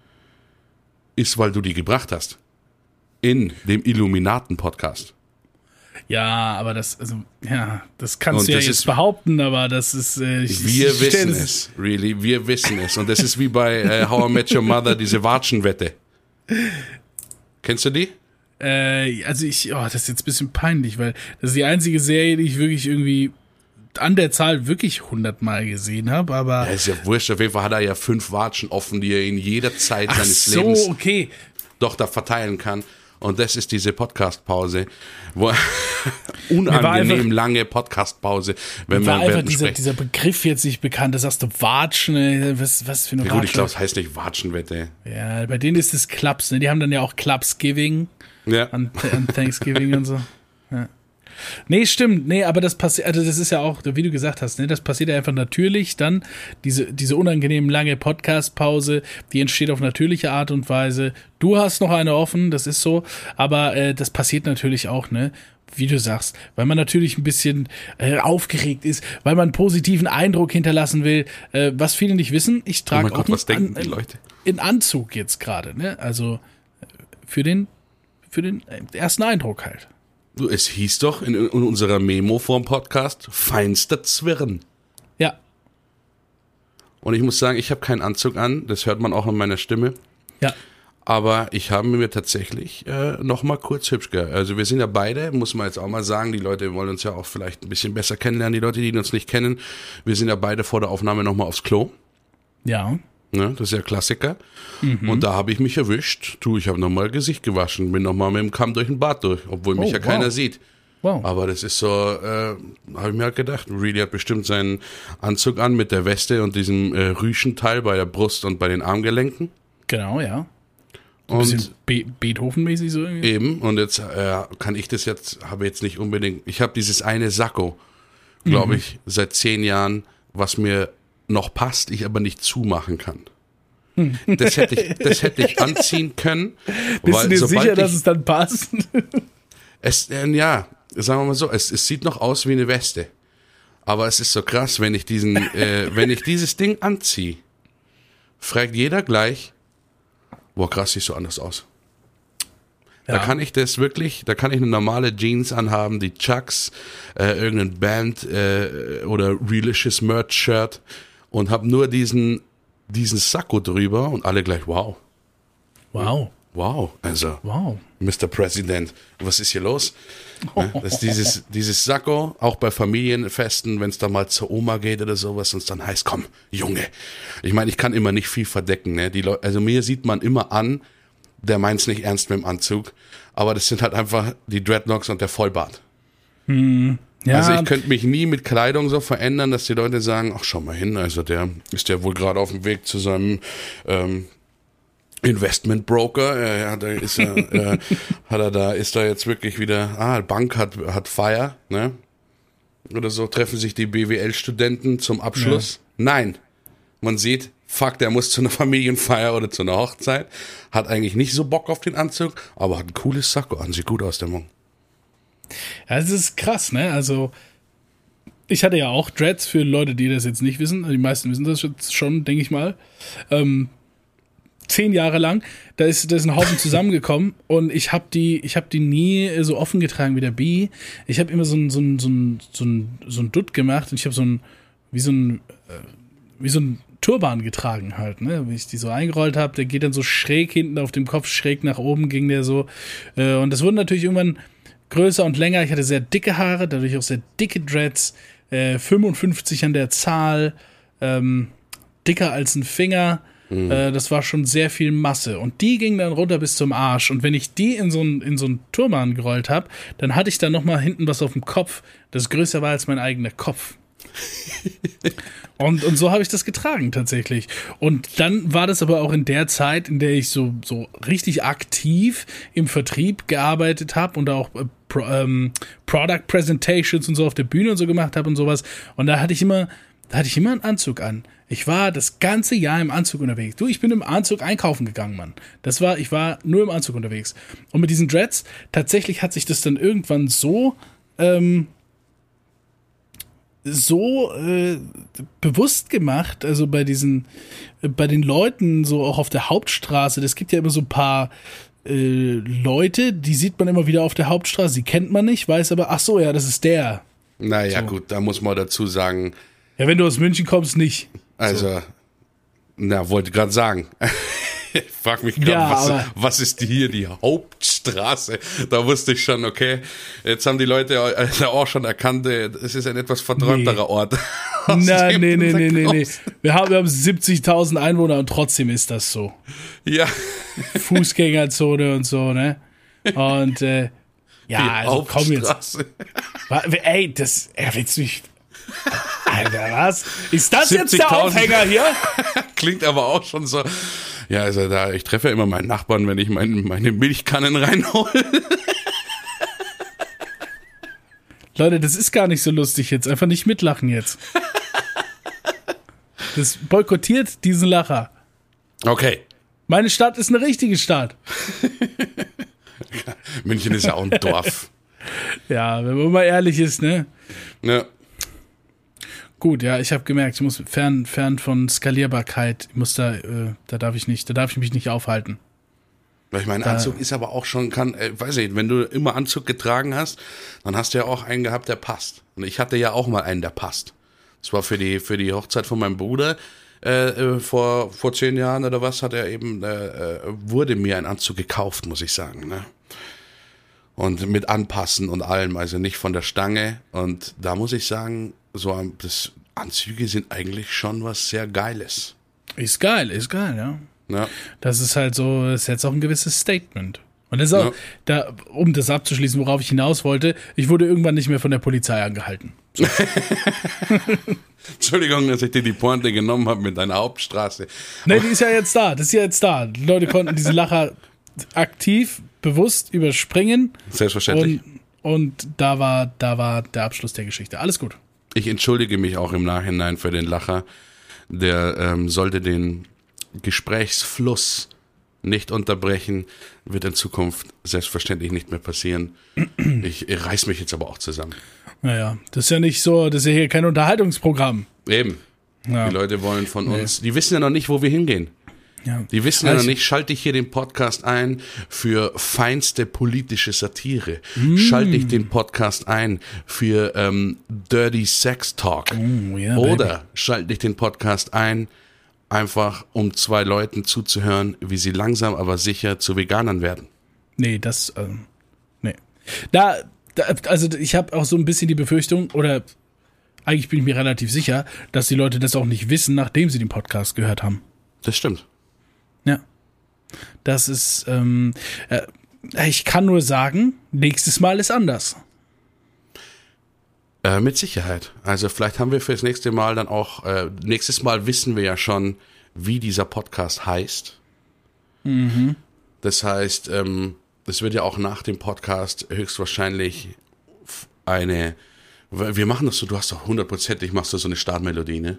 ist, weil du die gebracht hast. In dem Illuminaten-Podcast. Ja, aber das kannst du ja jetzt behaupten, aber das ist... wir wissen es, really, wir wissen es. Und das ist wie bei How I Met Your Mother, diese Watschenwette. Kennst du die? Das ist jetzt ein bisschen peinlich, weil das ist die einzige Serie, die ich wirklich irgendwie an der Zahl wirklich 100-mal gesehen habe, aber... Ja, ist ja wurscht, auf jeden Fall hat er ja 5 Watschen offen, die er in jeder Zeit seines Lebens doch da verteilen kann. Und das ist diese Podcast-Pause, wo unangenehm lange Podcast-Pause, wenn wir einfach dieser Begriff jetzt nicht bekannt, da sagst du Watschen, was für eine Watschen? Gut, ich glaube, es heißt nicht Watschenwette. Ja, bei denen ist es Clubs, ne? Die haben dann ja auch Clubsgiving an Thanksgiving und so. Ja. Nee, stimmt, nee, aber das passiert, also das ist ja auch, wie du gesagt hast, ne, das passiert ja einfach natürlich, dann diese unangenehm lange Podcast-Pause, die entsteht auf natürliche Art und Weise. Du hast noch eine offen, das ist so, aber das passiert natürlich auch, ne, wie du sagst, weil man natürlich ein bisschen aufgeregt ist, weil man einen positiven Eindruck hinterlassen will, was viele nicht wissen, ich trage auch einen Anzug jetzt gerade, ne, also für den ersten Eindruck halt. Du, es hieß doch in unserer Memo vorm Podcast, feinster Zwirn. Ja. Und ich muss sagen, ich habe keinen Anzug an, das hört man auch an meiner Stimme. Ja. Aber ich habe mir tatsächlich noch mal kurz hübsch gehört. Also wir sind ja beide, muss man jetzt auch mal sagen, die Leute wollen uns ja auch vielleicht ein bisschen besser kennenlernen, die Leute, die uns nicht kennen. Wir sind ja beide vor der Aufnahme noch mal aufs Klo. Ja. Ne? Das ist ja Klassiker. Und da habe ich mich erwischt. Ich habe nochmal Gesicht gewaschen, bin nochmal mit dem Kamm durch den Bart durch, obwohl mich ja keiner sieht. Wow. Aber das ist so, habe ich mir halt gedacht, Reedy hat bestimmt seinen Anzug an mit der Weste und diesem Rüschenteil bei der Brust und bei den Armgelenken. Genau, ja. Ein bisschen Beethoven-mäßig so irgendwie. Eben, und jetzt kann ich das habe jetzt nicht unbedingt, ich habe dieses eine Sakko, glaube ich, seit 10 Jahren, was mir noch passt, ich aber nicht zumachen kann. Das hätte ich anziehen können. Bist du dir sicher, dass es dann passt? Ja, sagen wir mal so, es sieht noch aus wie eine Weste. Aber es ist so krass, wenn ich wenn ich dieses Ding anziehe, fragt jeder gleich, boah, krass, sieht so anders aus. Ja. Da kann ich eine normale Jeans anhaben, die Chucks, irgendein Band oder Relicious Merch Shirt und habe nur diesen Sakko drüber und alle gleich, wow. Wow, also, wow. Mr. President, was ist hier los? Das ist dieses Sakko, auch bei Familienfesten, wenn es da mal zur Oma geht oder sowas und es dann heißt, komm, Junge. Ich meine, ich kann immer nicht viel verdecken, ne? Also mir sieht man immer an, der meint's nicht ernst mit dem Anzug, aber das sind halt einfach die Dreadlocks und der Vollbart. Ja. Also ich könnte mich nie mit Kleidung so verändern, dass die Leute sagen, ach schau mal hin, also der ist ja wohl gerade auf dem Weg zu seinem Investment Broker, ist da jetzt wirklich wieder, Bank hat Feier, ne? Oder so, treffen sich die BWL-Studenten zum Abschluss. Ja. Nein, man sieht, fuck, der muss zu einer Familienfeier oder zu einer Hochzeit, hat eigentlich nicht so Bock auf den Anzug, aber hat ein cooles Sakko an, sieht gut aus, der Mann. Ja, das ist krass, ne? Also, ich hatte ja auch Dreads für Leute, die das jetzt nicht wissen. Die meisten wissen das jetzt schon, denke ich mal. 10 Jahre lang, da ist ein Haufen zusammengekommen und ich hab die nie so offen getragen wie der B. Ich habe immer so ein Dutt gemacht und ich habe wie so ein Turban getragen halt, ne? Wie ich die so eingerollt habe, der geht dann so schräg hinten auf dem Kopf, schräg nach oben ging der so. Und das wurde natürlich irgendwann größer und länger. Ich hatte sehr dicke Haare, dadurch auch sehr dicke Dreads, 55 an der Zahl, dicker als ein Finger. Das war schon sehr viel Masse. Und die ging dann runter bis zum Arsch. Und wenn ich die in so einen Turban gerollt habe, dann hatte ich da nochmal hinten was auf dem Kopf, das größer war als mein eigener Kopf. und so habe ich das getragen tatsächlich. Und dann war das aber auch in der Zeit, in der ich so richtig aktiv im Vertrieb gearbeitet habe und auch Product Presentations und so auf der Bühne und so gemacht habe und sowas. Und da hatte ich immer einen Anzug an. Ich war das ganze Jahr im Anzug unterwegs. Ich bin im Anzug einkaufen gegangen, Mann. Ich war nur im Anzug unterwegs. Und mit diesen Dreads, tatsächlich hat sich das dann irgendwann so bewusst gemacht, also bei den Leuten so auch auf der Hauptstraße, das gibt ja immer so ein paar Leute, die sieht man immer wieder auf der Hauptstraße, die kennt man nicht, weiß aber, ach so, ja, das ist der. Naja, so. Gut, da muss man dazu sagen. Ja, wenn du aus München kommst, nicht. Also, wollte gerade sagen. Ich frage mich gerade, was ist hier die Hauptstraße? Da wusste ich schon, okay, jetzt haben die Leute auch schon erkannt, es ist ein etwas verträumterer Ort. Nee. Wir haben 70.000 Einwohner und trotzdem ist das so. Ja. Fußgängerzone und so, ne? Und, ja, also komm jetzt. Ey, willst du mich... Alter, was? Ist das jetzt der Aufhänger hier? Klingt aber auch schon so. Ja, also ich treffe ja immer meinen Nachbarn, wenn ich meine Milchkannen reinhole. Leute, das ist gar nicht so lustig jetzt. Einfach nicht mitlachen jetzt. Das boykottiert diesen Lacher. Okay. Meine Stadt ist eine richtige Stadt. München ist ja auch ein Dorf. Ja, wenn man mal ehrlich ist, ne? Ja. Gut, ja, ich habe gemerkt, ich muss fern von Skalierbarkeit, da darf ich mich nicht aufhalten. Ich meine, Anzug ist aber auch schon, weiß ich, wenn du immer Anzug getragen hast, dann hast du ja auch einen gehabt, der passt. Und ich hatte ja auch mal einen, der passt. Das war für die Hochzeit von meinem Bruder vor 10 Jahren oder was, wurde mir ein Anzug gekauft, muss ich sagen, ne? Und mit Anpassen und allem, also nicht von der Stange. Und da muss ich sagen, Anzüge sind eigentlich schon was sehr Geiles. Ist geil, ja. Ja. Das ist halt so, das ist jetzt auch ein gewisses Statement. Und das ist auch, um das abzuschließen, worauf ich hinaus wollte, ich wurde irgendwann nicht mehr von der Polizei angehalten. So. Entschuldigung, dass ich dir die Pointe genommen habe mit deiner Hauptstraße. Nee, die ist ja jetzt da, Die Leute konnten diese Lacher aktiv, bewusst überspringen. Selbstverständlich. Und da war der Abschluss der Geschichte. Alles gut. Ich entschuldige mich auch im Nachhinein für den Lacher. Der sollte den Gesprächsfluss nicht unterbrechen, wird in Zukunft selbstverständlich nicht mehr passieren. Ich reiß mich jetzt aber auch zusammen. Naja, das ist ja nicht so, das ist ja hier kein Unterhaltungsprogramm. Eben. Ja. Die Leute wollen von uns, die wissen ja noch nicht, wo wir hingehen. Ja. Die wissen ja noch nicht, schalte ich hier den Podcast ein für feinste politische Satire. Schalte ich den Podcast ein für Dirty Sex Talk. Yeah, Oder schalte ich den Podcast ein, einfach um 2 Leuten zuzuhören, wie sie langsam aber sicher zu Veganern werden. Nee, nee. Also ich habe auch so ein bisschen die Befürchtung, oder eigentlich bin ich mir relativ sicher, dass die Leute das auch nicht wissen, nachdem sie den Podcast gehört haben. Das stimmt. Ja. Das ist, ich kann nur sagen, nächstes Mal ist anders. Mit Sicherheit. Also vielleicht haben wir fürs nächste Mal dann auch, nächstes Mal wissen wir ja schon, wie dieser Podcast heißt. Mhm. Das heißt, es wird ja auch nach dem Podcast höchstwahrscheinlich wir machen das so, du hast doch 100%, machst du so eine Startmelodie, ne?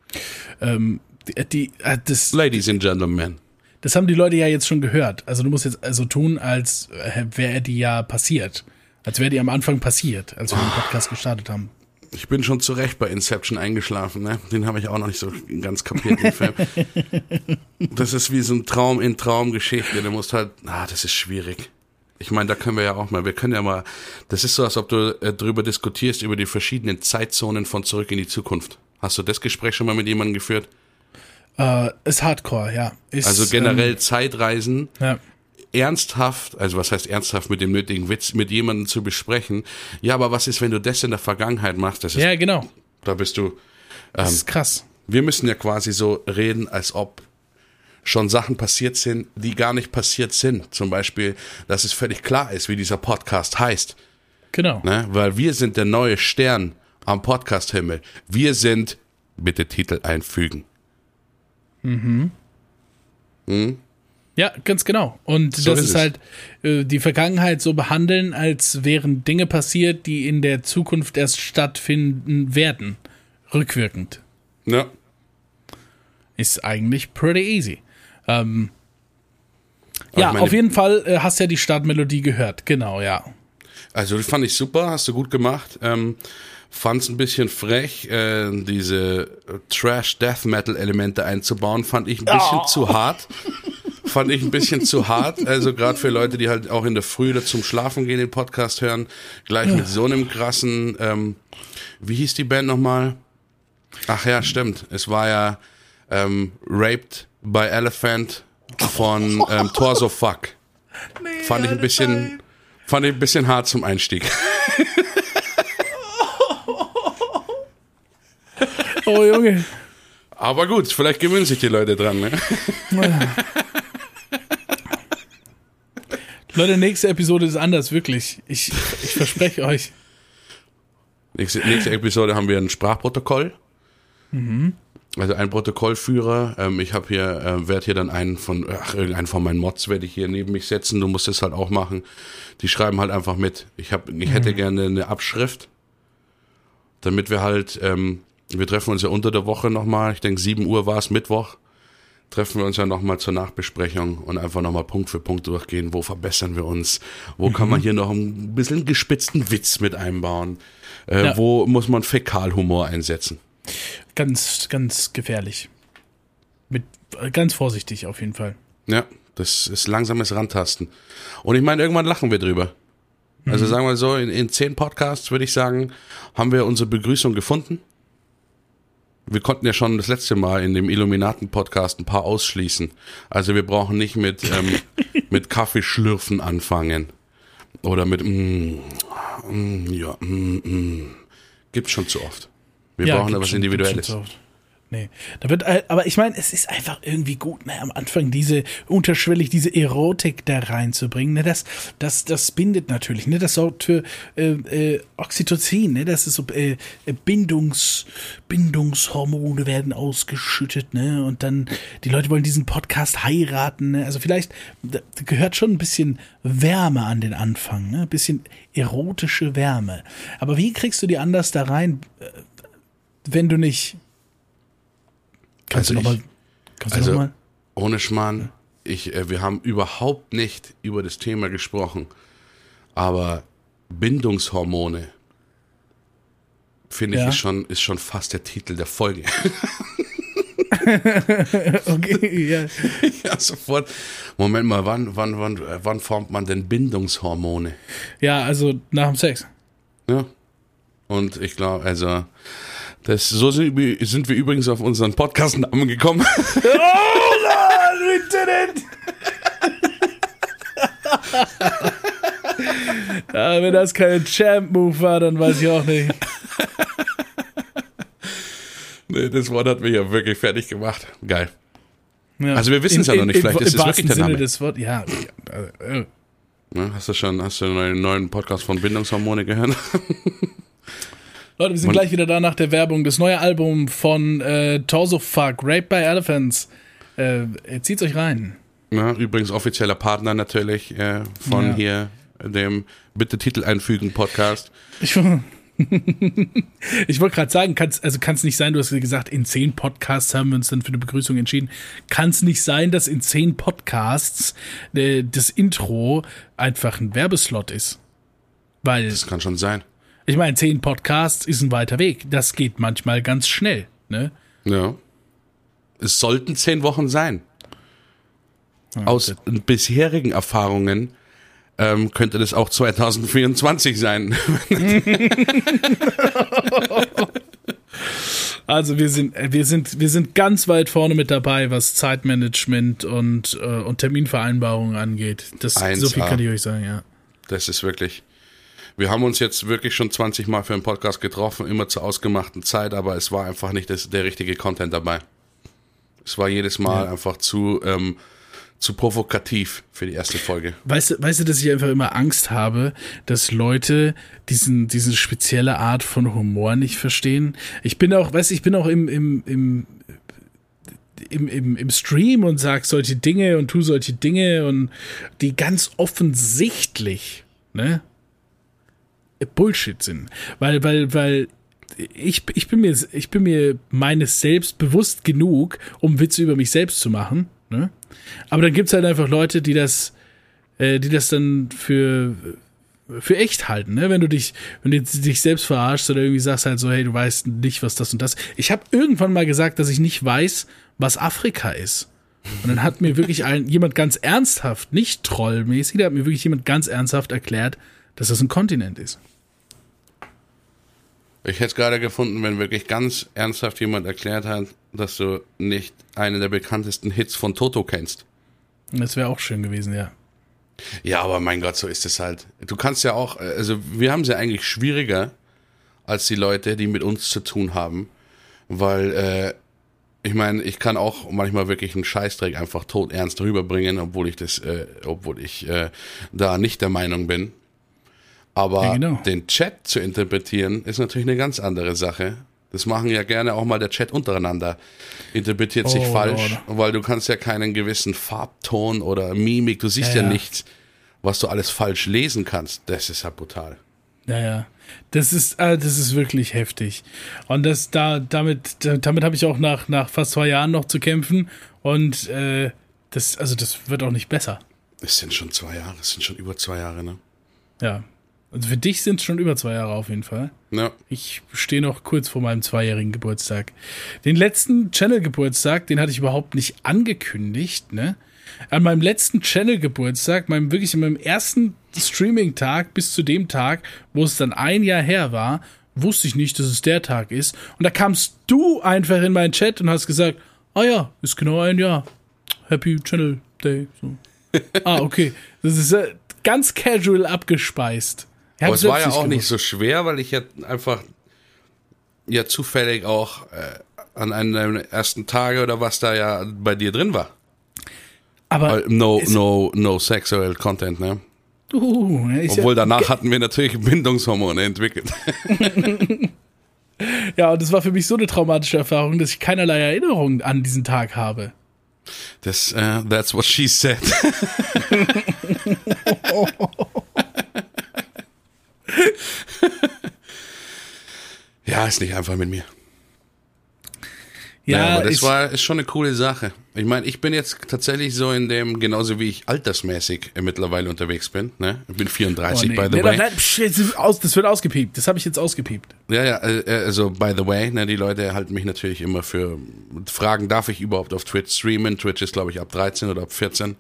Ladies and Gentlemen. Das haben die Leute ja jetzt schon gehört. Also du musst jetzt also tun, als wäre die ja passiert. Als wäre die am Anfang passiert, als wir den Podcast gestartet haben. Ich bin schon zu Recht bei Inception eingeschlafen, ne? Den habe ich auch noch nicht so ganz kapiert, den Film. Das ist wie so ein Traum in Traumgeschichte. Du musst halt, das ist schwierig. Ich meine, da können wir ja auch mal, das ist so, als ob du drüber diskutierst, über die verschiedenen Zeitzonen von Zurück in die Zukunft. Hast du das Gespräch schon mal mit jemandem geführt? Ist Hardcore, ja. Also generell Zeitreisen, ja. Ernsthaft, also was heißt ernsthaft mit dem nötigen Witz, mit jemandem zu besprechen. Ja, aber was ist, wenn du das in der Vergangenheit machst? Das ist, ja, genau. Da bist du. Das ist krass. Wir müssen ja quasi so reden, als ob schon Sachen passiert sind, die gar nicht passiert sind. Zum Beispiel, dass es völlig klar ist, wie dieser Podcast heißt. Genau. Ne? Weil wir sind der neue Stern am Podcast-Himmel. Wir sind, bitte Titel einfügen. Ja, ganz genau. Und so das ist halt die Vergangenheit so behandeln, als wären Dinge passiert, die in der Zukunft erst stattfinden werden. Rückwirkend. Ja. Ist eigentlich pretty easy. Ja, auf jeden Fall hast du ja die Startmelodie gehört. Genau, ja. Also die fand ich super, hast du gut gemacht. Fand's ein bisschen frech, diese Trash-Death-Metal-Elemente einzubauen, fand ich ein bisschen zu hart. Also gerade für Leute, die halt auch in der Früh oder zum Schlafen gehen den Podcast hören, gleich mit so einem krassen, wie hieß die Band nochmal? Ach ja, stimmt. Es war ja Raped by Elephant von Torso Fuck. Nee, fand ich ein bisschen hart zum Einstieg. Oh Junge. Aber gut, vielleicht gewöhnen sich die Leute dran, ne? Leute, nächste Episode ist anders, wirklich. Ich verspreche euch. Nächste Episode haben wir ein Sprachprotokoll. Also ein Protokollführer. Ich habe hier, werde hier dann irgendeinen von meinen Mods werde ich hier neben mich setzen. Du musst es halt auch machen. Die schreiben halt einfach mit. Ich hätte gerne eine Abschrift, damit wir halt, wir treffen uns ja unter der Woche nochmal. Ich denke 7 Uhr war es, Mittwoch. Treffen wir uns ja nochmal zur Nachbesprechung und einfach nochmal Punkt für Punkt durchgehen. Wo verbessern wir uns? Wo kann man hier noch ein bisschen gespitzten Witz mit einbauen? Wo muss man Fäkalhumor einsetzen? Ganz, ganz gefährlich. Ganz vorsichtig auf jeden Fall. Ja, das ist langsames Rantasten. Und ich meine, irgendwann lachen wir drüber. Also sagen wir so, in 10 Podcasts würde ich sagen, haben wir unsere Begrüßung gefunden. Wir konnten ja schon das letzte Mal in dem Illuminaten-Podcast ein paar ausschließen. Also wir brauchen nicht mit Kaffeeschlürfen anfangen. Oder mit gibt's schon zu oft. Wir brauchen da was Individuelles. Da wird, aber ich meine, es ist einfach irgendwie gut, ne, am Anfang unterschwellig diese Erotik da reinzubringen, ne, das bindet natürlich, ne, das sorgt für Oxytocin, ne, das ist so Bindungshormone werden ausgeschüttet, ne, und dann die Leute wollen diesen Podcast heiraten, ne, also vielleicht da gehört schon ein bisschen Wärme an den Anfang, ne, ein bisschen erotische Wärme. Aber wie kriegst du die anders da rein, wenn du nicht Kannst du nochmal? Ohne Schmarrn, wir haben überhaupt nicht über das Thema gesprochen, aber Bindungshormone, finde ich, ist schon fast der Titel der Folge. Okay, ja. Ja, sofort. Moment mal, wann formt man denn Bindungshormone? Ja, also nach dem Sex. Ja. Und ich glaube, also so sind wir übrigens auf unseren Podcast-Namen gekommen. Oh Lord, we did it! Ja, wenn das kein Champ-Move war, dann weiß ich auch nicht. Nee, das Wort hat mich ja wirklich fertig gemacht. Geil. Ja. Also wir wissen es ja noch nicht, vielleicht ist es wirklich der Name. Des Wort, ja. Hast du einen neuen Podcast von Bindungshormone gehört? Leute, wir sind gleich wieder da nach der Werbung. Das neue Album von Torso Fuck, Raped by Elephants. Zieht's euch rein. Ja, übrigens offizieller Partner natürlich von hier, dem Bitte Titel einfügen Podcast. Ich wollte gerade sagen, kann es nicht sein, du hast gesagt, in 10 Podcasts haben wir uns dann für eine Begrüßung entschieden. Kann es nicht sein, dass in 10 Podcasts das Intro einfach ein Werbeslot ist? Weil das kann schon sein. Ich meine, 10 Podcasts ist ein weiter Weg. Das geht manchmal ganz schnell, ne? Ja. Es sollten 10 Wochen sein. Ja, aus bisherigen Erfahrungen könnte das auch 2024 sein. Also wir sind ganz weit vorne mit dabei, was Zeitmanagement und Terminvereinbarungen angeht. So viel kann ich euch sagen, ja. Das ist wirklich. Wir haben uns jetzt wirklich schon 20 Mal für einen Podcast getroffen, immer zur ausgemachten Zeit, aber es war einfach nicht der richtige Content dabei. Es war jedes Mal einfach zu provokativ für die erste Folge. Weißt du, dass ich einfach immer Angst habe, dass Leute diese spezielle Art von Humor nicht verstehen? Ich bin auch im Stream und sag solche Dinge und tu solche Dinge und die ganz offensichtlich, ne, Bullshit sind. Weil ich bin mir meines Selbst bewusst genug, um Witze über mich selbst zu machen, ne? Aber dann gibt's halt einfach Leute, die das dann für echt halten, ne? Wenn du dich selbst verarschst oder irgendwie sagst halt so, hey, du weißt nicht, was das und das. Ich habe irgendwann mal gesagt, dass ich nicht weiß, was Afrika ist. Und dann hat mir wirklich jemand ganz ernsthaft, nicht trollmäßig, da hat mir wirklich jemand ganz ernsthaft erklärt, dass das ein Kontinent ist. Ich hätte es gerade gefunden, wenn wirklich ganz ernsthaft jemand erklärt hat, dass du nicht einen der bekanntesten Hits von Toto kennst. Das wäre auch schön gewesen, ja. Ja, aber mein Gott, so ist es halt. Du kannst ja auch, also wir haben es ja eigentlich schwieriger als die Leute, die mit uns zu tun haben, weil ich meine, ich kann auch manchmal wirklich einen Scheißdreck einfach todernst rüberbringen, obwohl ich da nicht der Meinung bin. Aber ja, genau. Den Chat zu interpretieren, ist natürlich eine ganz andere Sache. Das machen ja gerne auch mal der Chat untereinander. Interpretiert sich falsch, weil du kannst ja keinen gewissen Farbton oder Mimik, du siehst ja nichts, was du alles falsch lesen kannst. Das ist ja brutal. Ja. Das ist wirklich heftig. Und damit habe ich auch nach fast 2 Jahren noch zu kämpfen. Und das wird auch nicht besser. Es sind schon 2 Jahre, es sind schon über 2 Jahre, ne? Ja. Also für dich sind es schon über 2 Jahre auf jeden Fall. Ja. Ich stehe noch kurz vor meinem 2-jährigen Geburtstag. Den letzten Channel-Geburtstag, den hatte ich überhaupt nicht angekündigt, ne? An meinem letzten Channel-Geburtstag, an meinem ersten Streaming-Tag bis zu dem Tag, wo es dann 1 Jahr her war, wusste ich nicht, dass es der Tag ist. Und da kamst du einfach in meinen Chat und hast gesagt, ja, ist genau 1 Jahr. Happy Channel Day. So. Okay. Das ist ganz casual abgespeist. Aber es war ja auch nicht so schwer, weil ich ja einfach zufällig auch an einem der ersten Tage oder was da ja bei dir drin war. Aber No sexual content, ne? Obwohl danach hatten wir natürlich Bindungshormone entwickelt. Ja, und das war für mich so eine traumatische Erfahrung, dass ich keinerlei Erinnerung an diesen Tag habe. That's what she said. Ja, ist nicht einfach mit mir. Ja, aber ist schon eine coole Sache. Ich meine, ich bin jetzt tatsächlich so in dem, genauso wie ich altersmäßig mittlerweile unterwegs bin. Ne? Ich bin 34, by the way. Das wird ausgepiept. Das habe ich jetzt ausgepiept. Ja, also by the way, ne, die Leute halten mich natürlich immer für Fragen, darf ich überhaupt auf Twitch streamen? Twitch ist, glaube ich, ab 13 oder ab 14.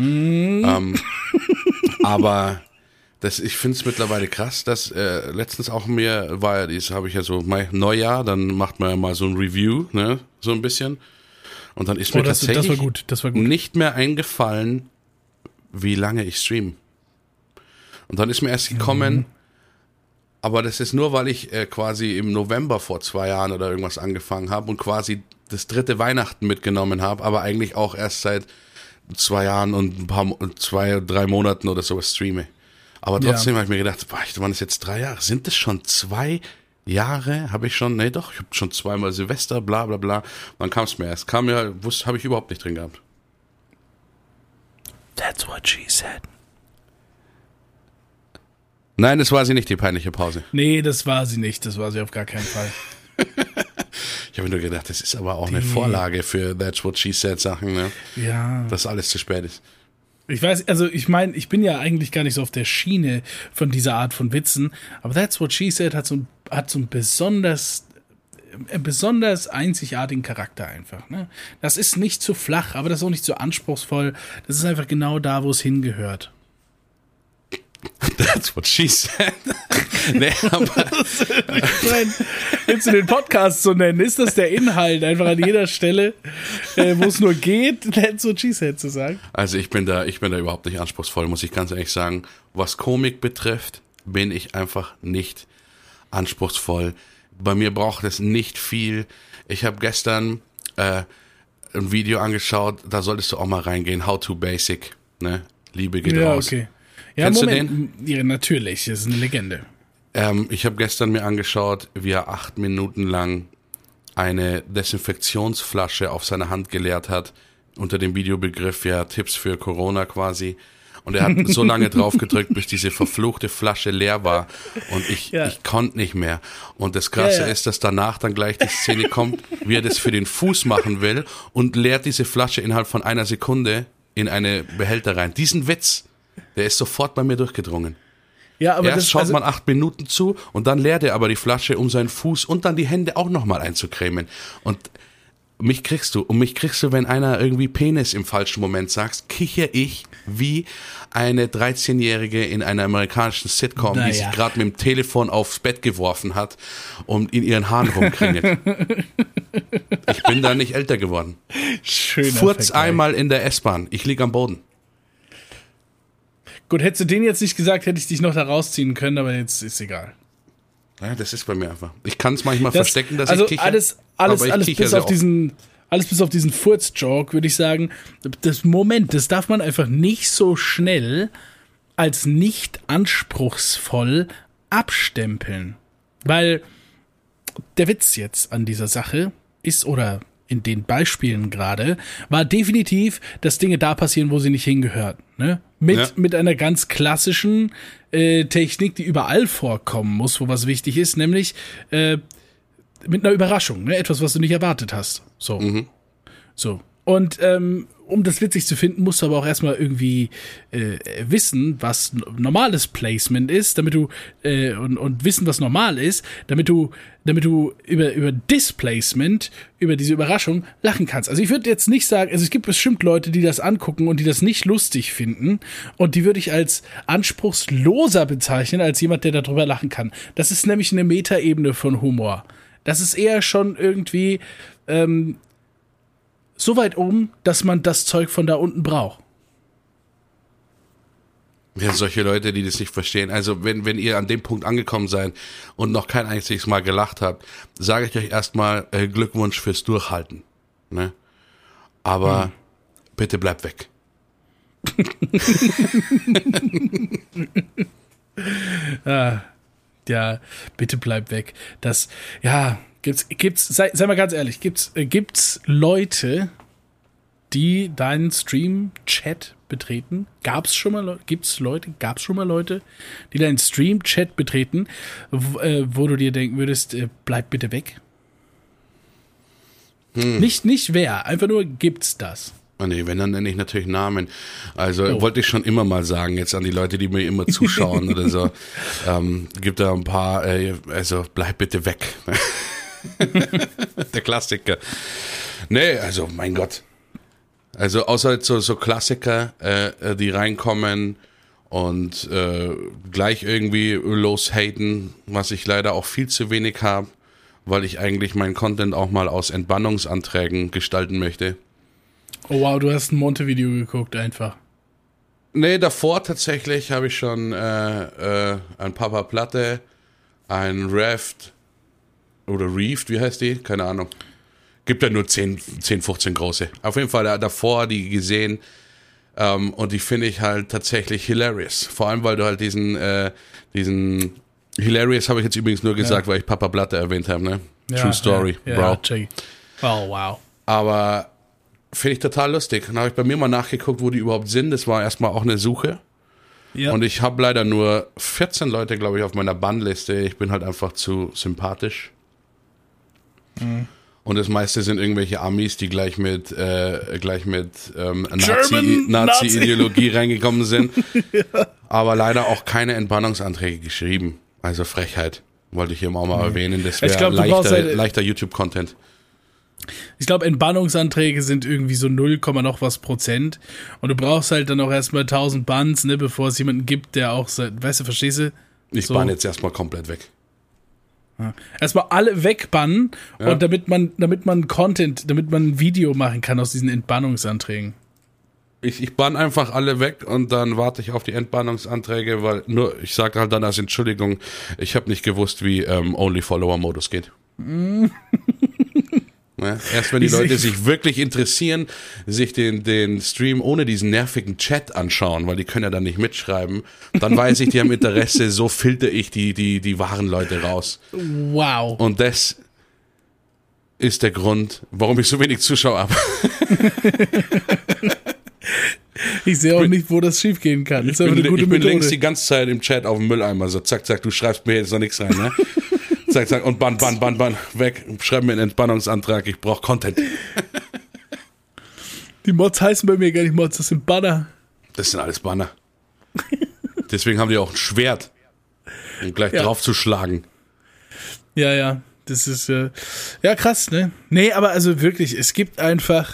Aber ich finde es mittlerweile krass, dass letztens auch mir war ja habe ich ja so mein Neujahr, dann macht man ja mal so ein Review, ne, so ein bisschen. Und dann ist mir tatsächlich das war gut. nicht mehr eingefallen, wie lange ich streame. Und dann ist mir erst gekommen, aber das ist nur, weil ich quasi im November vor 2 Jahren oder irgendwas angefangen habe und quasi das 3. Weihnachten mitgenommen habe, aber eigentlich auch erst seit 2 Jahren und 2-3 Monaten oder sowas streame. Aber trotzdem habe ich mir gedacht, waren das jetzt 3 Jahre? Sind das schon 2 Jahre? Habe ich schon? Nee, doch, ich habe schon 2-mal Silvester, bla bla bla. Dann kam es mir erst. Habe ich überhaupt nicht drin gehabt. That's what she said. Nein, das war sie nicht, die peinliche Pause. Nee, das war sie nicht. Das war sie auf gar keinen Fall. Ich habe nur gedacht, das ist aber auch eine Vorlage für That's what she said Sachen, ne? Ja. Dass alles zu spät ist. Ich weiß, also ich meine, ich bin ja eigentlich gar nicht so auf der Schiene von dieser Art von Witzen, aber That's What She Said hat so einen besonders einzigartigen Charakter einfach. Ne? Das ist nicht zu flach, aber das ist auch nicht zu anspruchsvoll. Das ist einfach genau da, wo es hingehört. That's what she said. Nee, aber ich meine, willst du den Podcast so nennen? Ist das der Inhalt? Einfach an jeder Stelle, wo es nur geht, That's what she said zu sagen? Also ich bin da überhaupt nicht anspruchsvoll, muss ich ganz ehrlich sagen. Was Komik betrifft, bin ich einfach nicht anspruchsvoll. Bei mir braucht es nicht viel. Ich habe gestern ein Video angeschaut, da solltest du auch mal reingehen. How to Basic, ne? Liebe geht raus. Okay. Ja, kennst Moment. du den? Ja, natürlich, das ist eine Legende. Ich habe gestern mir angeschaut, wie er 8 Minuten lang eine Desinfektionsflasche auf seine Hand geleert hat, unter dem Videobegriff ja Tipps für Corona quasi. Und er hat so lange drauf gedrückt, bis diese verfluchte Flasche leer war. Und ich konnte nicht mehr. Und das Krasse ist, dass danach dann gleich die Szene kommt, wie er das für den Fuß machen will und leert diese Flasche innerhalb von 1 Sekunde in eine Behälter rein. Diesen Witz, der ist sofort bei mir durchgedrungen. Ja, aber erst schaut man 8 Minuten zu und dann leert er aber die Flasche, um seinen Fuß und dann die Hände auch nochmal einzucremen. Und mich kriegst du, wenn einer irgendwie Penis im falschen Moment sagt, kicher ich wie eine 13-Jährige in einer amerikanischen Sitcom, die sich gerade mit dem Telefon aufs Bett geworfen hat und in ihren Haaren rumkringelt. Ich bin da nicht älter geworden. Schöner Furz Vergleich. einmal in der S-Bahn, ich lieg am Boden. Gut, hättest du den jetzt nicht gesagt, hätte ich dich noch da rausziehen können, aber jetzt ist egal. Ja, das ist bei mir einfach. Ich kann es manchmal verstecken, dass also ich kicher. Alles bis auf diesen Furz-Joke, würde ich sagen, das darf man einfach nicht so schnell als nicht anspruchsvoll abstempeln. Weil der Witz jetzt an dieser Sache ist, oder in den Beispielen gerade, war definitiv, dass Dinge da passieren, wo sie nicht hingehören. Ne? Mit einer ganz klassischen Technik, die überall vorkommen muss, wo was wichtig ist, nämlich mit einer Überraschung, ne? Etwas, was du nicht erwartet hast. So. So. Und um das witzig zu finden, musst du aber auch erstmal irgendwie wissen, was normales Placement ist, damit du und wissen, was normal ist, damit du über Displacement, über diese Überraschung lachen kannst. Also ich würde jetzt nicht sagen, also es gibt bestimmt Leute, die das angucken und die das nicht lustig finden und die würde ich als anspruchsloser bezeichnen, als jemand, der darüber lachen kann. Das ist nämlich eine Metaebene von Humor. Das ist eher schon irgendwie so weit oben, dass man das Zeug von da unten braucht. Ja, solche Leute, die das nicht verstehen. Also wenn ihr an dem Punkt angekommen seid und noch kein einziges Mal gelacht habt, sage ich euch erstmal Glückwunsch fürs Durchhalten. Ne? Aber bitte bleibt weg. Ja, bitte bleib weg. Das, ja, sei mal ganz ehrlich, gibt's Leute, die deinen Stream-Chat betreten? Gab's schon mal Leute, die deinen Stream-Chat betreten, wo du dir denken würdest, bleib bitte weg? Nicht wer, einfach nur gibt's das. Oh nee, wenn, dann nenne ich natürlich Namen. Also wollte ich schon immer mal sagen, jetzt an die Leute, die mir immer zuschauen oder so. Gibt da ein paar, also bleib bitte weg. Der Klassiker. Nee, also mein Gott. Also außer so Klassiker, die reinkommen und gleich irgendwie loshaten, was ich leider auch viel zu wenig habe, weil ich eigentlich meinen Content auch mal aus Entbannungsanträgen gestalten möchte. Oh wow, du hast ein Monte-Video geguckt einfach. Nee, davor tatsächlich habe ich schon ein Papa Platte, ein Reft oder Reeft, wie heißt die? Keine Ahnung. Gibt ja nur 10, 15 große. Auf jeden Fall davor die gesehen und die finde ich halt tatsächlich hilarious. Vor allem, weil du halt diesen hilarious habe ich jetzt übrigens nur gesagt, weil ich Papa Platte erwähnt habe, ne? Ja, True Story, Bro. Oh wow. Aber finde ich total lustig. Dann habe ich bei mir mal nachgeguckt, wo die überhaupt sind. Das war erstmal auch eine Suche. Ja. Und ich habe leider nur 14 Leute, glaube ich, auf meiner Bannliste. Ich bin halt einfach zu sympathisch. Und das meiste sind irgendwelche Amis, die gleich mit Nazi-Ideologie reingekommen sind. Ja. Aber leider auch keine Entbannungsanträge geschrieben. Also Frechheit. Wollte ich hier auch mal erwähnen. Das wäre leichter YouTube-Content. Ich glaube, Entbannungsanträge sind irgendwie so 0, noch was Prozent. Und du brauchst halt dann auch erstmal 1000 Bans, ne, bevor es jemanden gibt, der auch, weißt du, verstehst du? Ich bann jetzt erstmal komplett weg. Ja. Erstmal alle wegbannen, ja. Und damit man ein Video machen kann aus diesen Entbannungsanträgen. Ich bann einfach alle weg und dann warte ich auf die Entbannungsanträge, weil ich sage halt dann als Entschuldigung, ich habe nicht gewusst, wie Only-Follower-Modus geht. Ja, erst wenn die Leute sich wirklich interessieren, sich den Stream ohne diesen nervigen Chat anschauen, weil die können ja dann nicht mitschreiben, dann weiß ich, die haben Interesse, so filter ich die wahren Leute raus. Wow. Und das ist der Grund, warum ich so wenig Zuschauer habe. Ich sehe auch nicht, wo das schief gehen kann. Ich bin längst die ganze Zeit im Chat auf dem Mülleimer, so zack, zack, du schreibst mir jetzt noch nichts rein, ne? Zack, zack, und bann, weg. Schreib mir einen Entspannungsantrag, ich brauche Content. Die Mods heißen bei mir gar nicht Mods, das sind Banner. Das sind alles Banner. Deswegen haben die auch ein Schwert, um gleich drauf zu schlagen. Ja, das ist, ja krass, ne? Nee, aber also wirklich, es gibt einfach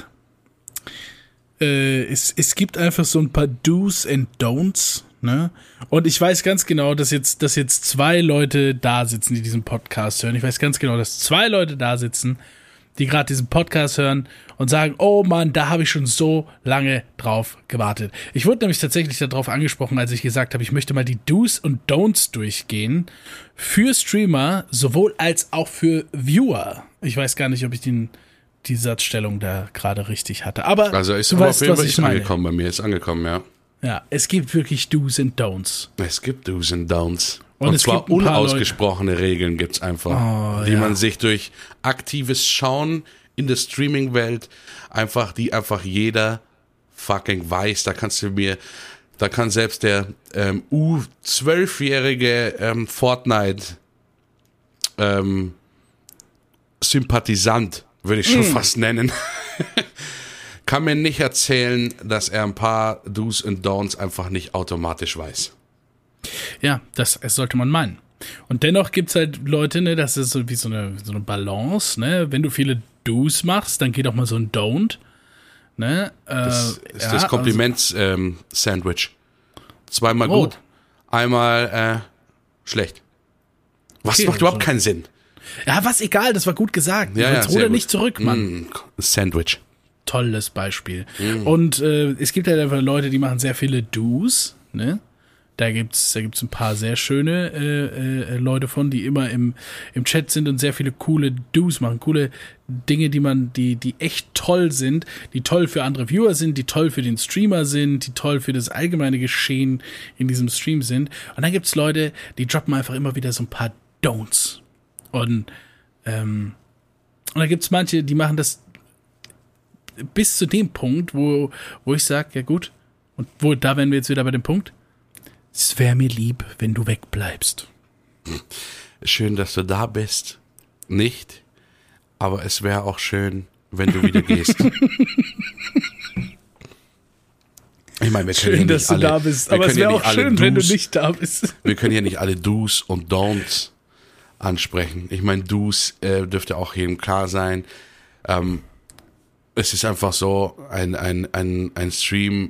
so ein paar Do's and Don'ts, ne? Und ich weiß ganz genau, dass jetzt 2 Leute da sitzen, die diesen Podcast hören. Ich weiß ganz genau, dass 2 Leute da sitzen, die gerade diesen Podcast hören und sagen, oh Mann, da habe ich schon so lange drauf gewartet. Ich wurde nämlich tatsächlich darauf angesprochen, als ich gesagt habe, ich möchte mal die Do's und Don'ts durchgehen für Streamer, sowohl als auch für Viewer. Ich weiß gar nicht, ob ich die Satzstellung da gerade richtig hatte. Aber also ist du weißt, auf jeden Fall was ich meine. Angekommen bei mir, ist angekommen, ja. Ja, es gibt wirklich Do's and Don'ts. Es gibt Do's and Don'ts. Und zwar unausgesprochene Regeln gibt's einfach, die man sich durch aktives Schauen in der Streaming-Welt die einfach jeder fucking weiß. Da kann selbst der U12-jährige Fortnite Sympathisant, würde ich schon fast nennen, kann mir nicht erzählen, dass er ein paar Do's und Don'ts einfach nicht automatisch weiß. Ja, das sollte man meinen. Und dennoch gibt's halt Leute, ne, das ist so wie so eine Balance, ne? Wenn du viele Do's machst, dann geht auch mal so ein Don't, ne? Das ist das Kompliments-Sandwich. Zweimal gut, einmal schlecht. Was macht überhaupt keinen Sinn. Ja, was egal, das war gut gesagt. Ja, jetzt ruder nicht zurück, Mann. Sandwich. Tolles Beispiel. Und es gibt halt einfach Leute, die machen sehr viele Do's, ne? Da gibt's ein paar sehr schöne Leute von, die immer im Chat sind und sehr viele coole Do's machen, coole Dinge, die echt toll sind, die toll für andere Viewer sind, die toll für den Streamer sind, die toll für das allgemeine Geschehen in diesem Stream sind. Und dann gibt's Leute, die droppen einfach immer wieder so ein paar Don'ts. Und dann gibt's manche, die machen das bis zu dem Punkt, wo ich sage, ja gut, und da wären wir jetzt wieder bei dem Punkt, es wäre mir lieb, wenn du wegbleibst. Schön, dass du da bist. Nicht, aber es wäre auch schön, wenn du wieder gehst. Ich meine, wir können schön, dass du da bist, aber es wäre auch schön, wenn du nicht da bist. Wir können ja nicht alle Do's und Don'ts ansprechen. Ich meine, Do's dürfte auch jedem klar sein. Es ist einfach so, ein Stream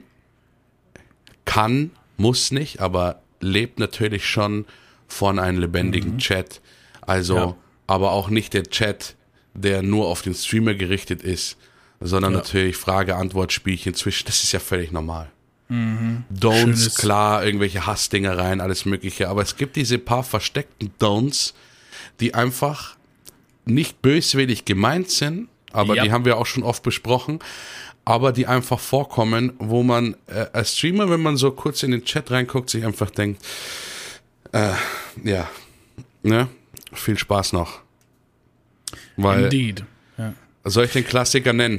muss nicht, aber lebt natürlich schon von einem lebendigen Chat. Also, aber auch nicht der Chat, der nur auf den Streamer gerichtet ist, sondern natürlich Frage-Antwort-Spielchen zwischen. Das ist ja völlig normal. Don'ts, klar, irgendwelche Hassdingereien, alles Mögliche. Aber es gibt diese paar versteckten Don'ts, die einfach nicht böswillig gemeint sind, aber die haben wir auch schon oft besprochen, aber die einfach vorkommen, wo man als Streamer, wenn man so kurz in den Chat reinguckt, sich einfach denkt, viel Spaß noch. Weil, Indeed. Ja. Soll ich den Klassiker nennen?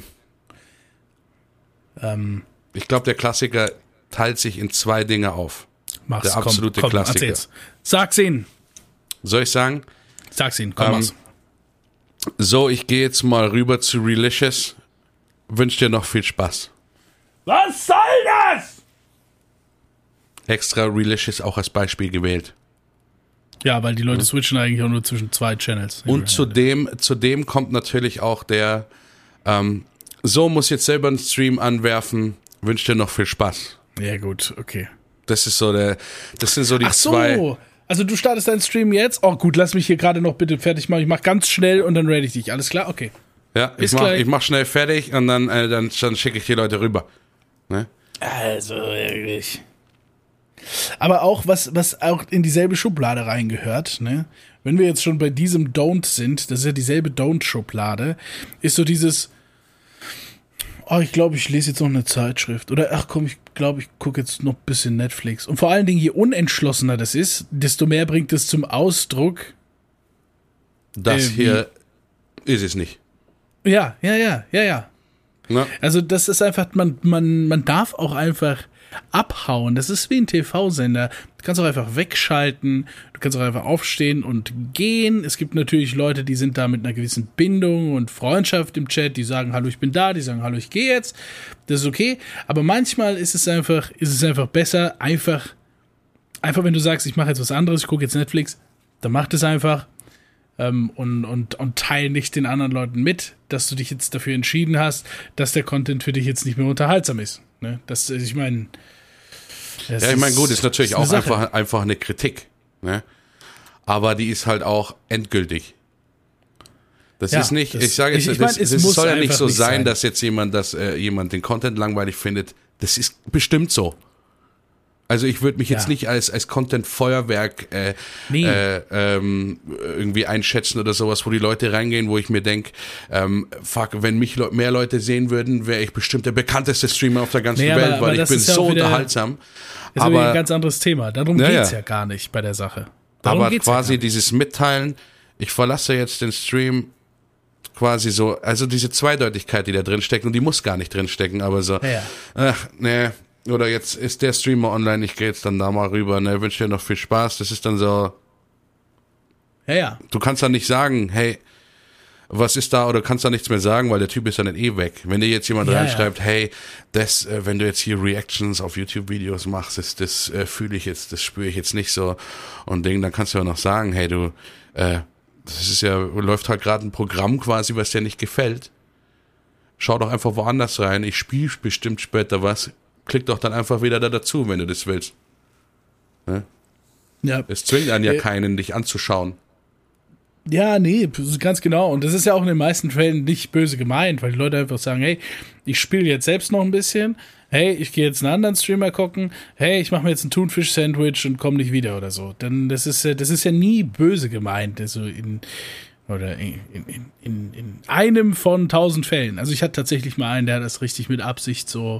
Ich glaube, der Klassiker teilt sich in 2 Dinge auf. Der absolute Klassiker. Erzähl's. Sag's ihnen. Soll ich sagen? Sag's ihnen, komm was. So, ich gehe jetzt mal rüber zu Relicious. Wünsch dir noch viel Spaß. Was soll das? Extra Relicious auch als Beispiel gewählt. Ja, weil die Leute switchen eigentlich auch nur zwischen 2 Channels. Und zudem kommt natürlich auch der, so muss jetzt selber einen Stream anwerfen, wünsch dir noch viel Spaß. Ja gut, okay. Das sind so die 2. Also du startest deinen Stream jetzt? Oh gut, lass mich hier gerade noch bitte fertig machen. Ich mach ganz schnell und dann rate ich dich. Alles klar? Okay. Ja, ich mach schnell fertig und dann schicke ich die Leute rüber. Ne? Also wirklich. Aber auch, was auch in dieselbe Schublade reingehört, ne? Wenn wir jetzt schon bei diesem Don't sind, das ist ja dieselbe Don't-Schublade, ist so dieses, ich glaube, ich lese jetzt noch eine Zeitschrift. Oder, ich glaube, ich gucke jetzt noch ein bisschen Netflix. Und vor allen Dingen, je unentschlossener das ist, desto mehr bringt es zum Ausdruck. Das hier ist es nicht. Ja. Na? Also das ist einfach, man darf auch einfach abhauen. Das ist wie ein TV-Sender. Du kannst auch einfach wegschalten, du kannst auch einfach aufstehen und gehen. Es gibt natürlich Leute, die sind da mit einer gewissen Bindung und Freundschaft im Chat, die sagen, hallo, ich bin da, die sagen, hallo, ich gehe jetzt. Das ist okay. Aber manchmal ist es einfach besser, einfach wenn du sagst, ich mache jetzt was anderes, ich gucke jetzt Netflix, dann mach das einfach. Und teil nicht den anderen Leuten mit, dass du dich jetzt dafür entschieden hast, dass der Content für dich jetzt nicht mehr unterhaltsam ist. Ne? Ich meine, gut, ist natürlich auch einfach eine Kritik. Ne? Aber die ist halt auch endgültig. Das ist nicht, es soll ja nicht so sein, dass jetzt jemand den Content langweilig findet. Das ist bestimmt so. Also ich würde mich jetzt nicht als Content-Feuerwerk irgendwie einschätzen oder sowas, wo die Leute reingehen, wo ich mir denke, wenn mich mehr Leute sehen würden, wäre ich bestimmt der bekannteste Streamer auf der ganzen Welt, weil ich bin so unterhaltsam. Das ist aber ein ganz anderes Thema. Darum geht's ja gar nicht bei der Sache. Aber quasi dieses Mitteilen, ich verlasse jetzt den Stream quasi so, also diese Zweideutigkeit, die da drin steckt, und die muss gar nicht drin stecken, aber so, oder jetzt ist der Streamer online, ich gehe jetzt dann da mal rüber, ne, wünsche dir noch viel Spaß. Das ist dann so. Ja. Du kannst dann nicht sagen, hey, was ist da, oder kannst da nichts mehr sagen, weil der Typ ist dann eh weg. Wenn dir jetzt jemand reinschreibt, hey, wenn du jetzt hier Reactions auf YouTube-Videos machst, das fühle ich jetzt, das spüre ich jetzt nicht so und dann kannst du ja noch sagen, hey, du, das ist ja, läuft halt gerade ein Programm quasi, was dir nicht gefällt. Schau doch einfach woanders rein, ich spiele bestimmt später was. Klick doch dann einfach wieder da dazu, wenn du das willst. Ne? Ja. Es zwingt einen ja keinen, dich anzuschauen. Ja, nee, ganz genau. Und das ist ja auch in den meisten Fällen nicht böse gemeint, weil die Leute einfach sagen, hey, ich spiele jetzt selbst noch ein bisschen, hey, ich gehe jetzt einen anderen Streamer gucken, hey, ich mache mir jetzt ein Thunfisch-Sandwich und komme nicht wieder oder so. Dann das ist ja nie böse gemeint, also in einem von 1000 Fällen. Also ich hatte tatsächlich mal einen, der hat das richtig mit Absicht so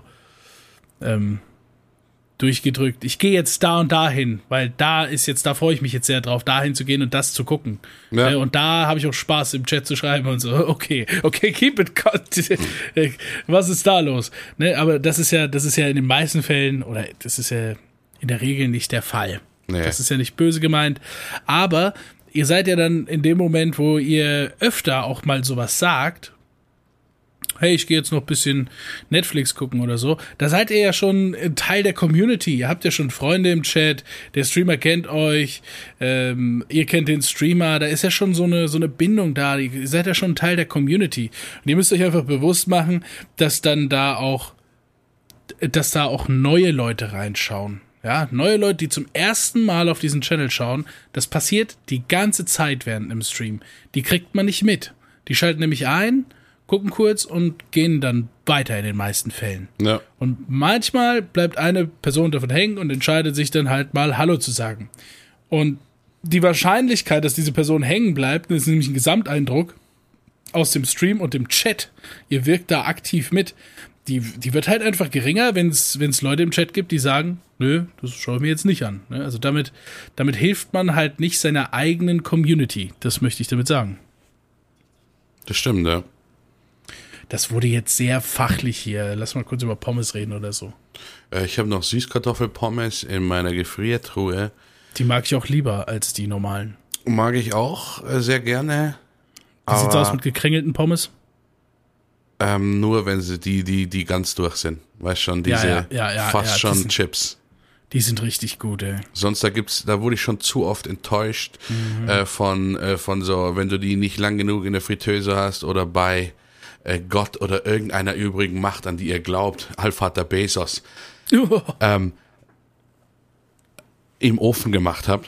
durchgedrückt. Ich gehe jetzt da und dahin, weil da freue ich mich jetzt sehr drauf, dahin zu gehen und das zu gucken. Ja. Und da habe ich auch Spaß im Chat zu schreiben und so, okay, keep it cut. Was ist da los? Ne, aber das ist ja in den meisten Fällen, oder das ist ja in der Regel nicht der Fall. Nee. Das ist ja nicht böse gemeint. Aber ihr seid ja dann in dem Moment, wo ihr öfter auch mal sowas sagt, hey, ich gehe jetzt noch ein bisschen Netflix gucken oder so, da seid ihr ja schon ein Teil der Community. Ihr habt ja schon Freunde im Chat, der Streamer kennt euch, ihr kennt den Streamer, da ist ja schon so eine Bindung da, ihr seid ja schon ein Teil der Community. Und ihr müsst euch einfach bewusst machen, dass da auch neue Leute reinschauen. Ja, neue Leute, die zum ersten Mal auf diesen Channel schauen, das passiert die ganze Zeit während dem Stream. Die kriegt man nicht mit. Die schalten nämlich ein, gucken kurz und gehen dann weiter in den meisten Fällen. Ja. Und manchmal bleibt eine Person davon hängen und entscheidet sich dann halt mal Hallo zu sagen. Und die Wahrscheinlichkeit, dass diese Person hängen bleibt, das ist nämlich ein Gesamteindruck aus dem Stream und dem Chat. Ihr wirkt da aktiv mit. Die wird halt einfach geringer, wenn es Leute im Chat gibt, die sagen, nö, das schaue ich mir jetzt nicht an. Also damit hilft man halt nicht seiner eigenen Community. Das möchte ich damit sagen. Das stimmt, ja. Das wurde jetzt sehr fachlich hier. Lass mal kurz über Pommes reden oder so. Ich habe noch Süßkartoffelpommes in meiner Gefriertruhe. Die mag ich auch lieber als die normalen. Mag ich auch sehr gerne. Wie sieht's aus mit gekrängelten Pommes? Nur wenn sie die ganz durch sind. Weißt schon, diese fast schon Chips. Die sind richtig gut, ey. Sonst da wurde ich schon zu oft enttäuscht von so, wenn du die nicht lang genug in der Fritteuse hast oder bei Gott oder irgendeiner übrigen Macht, an die ihr glaubt, Allvater Bezos, im Ofen gemacht habt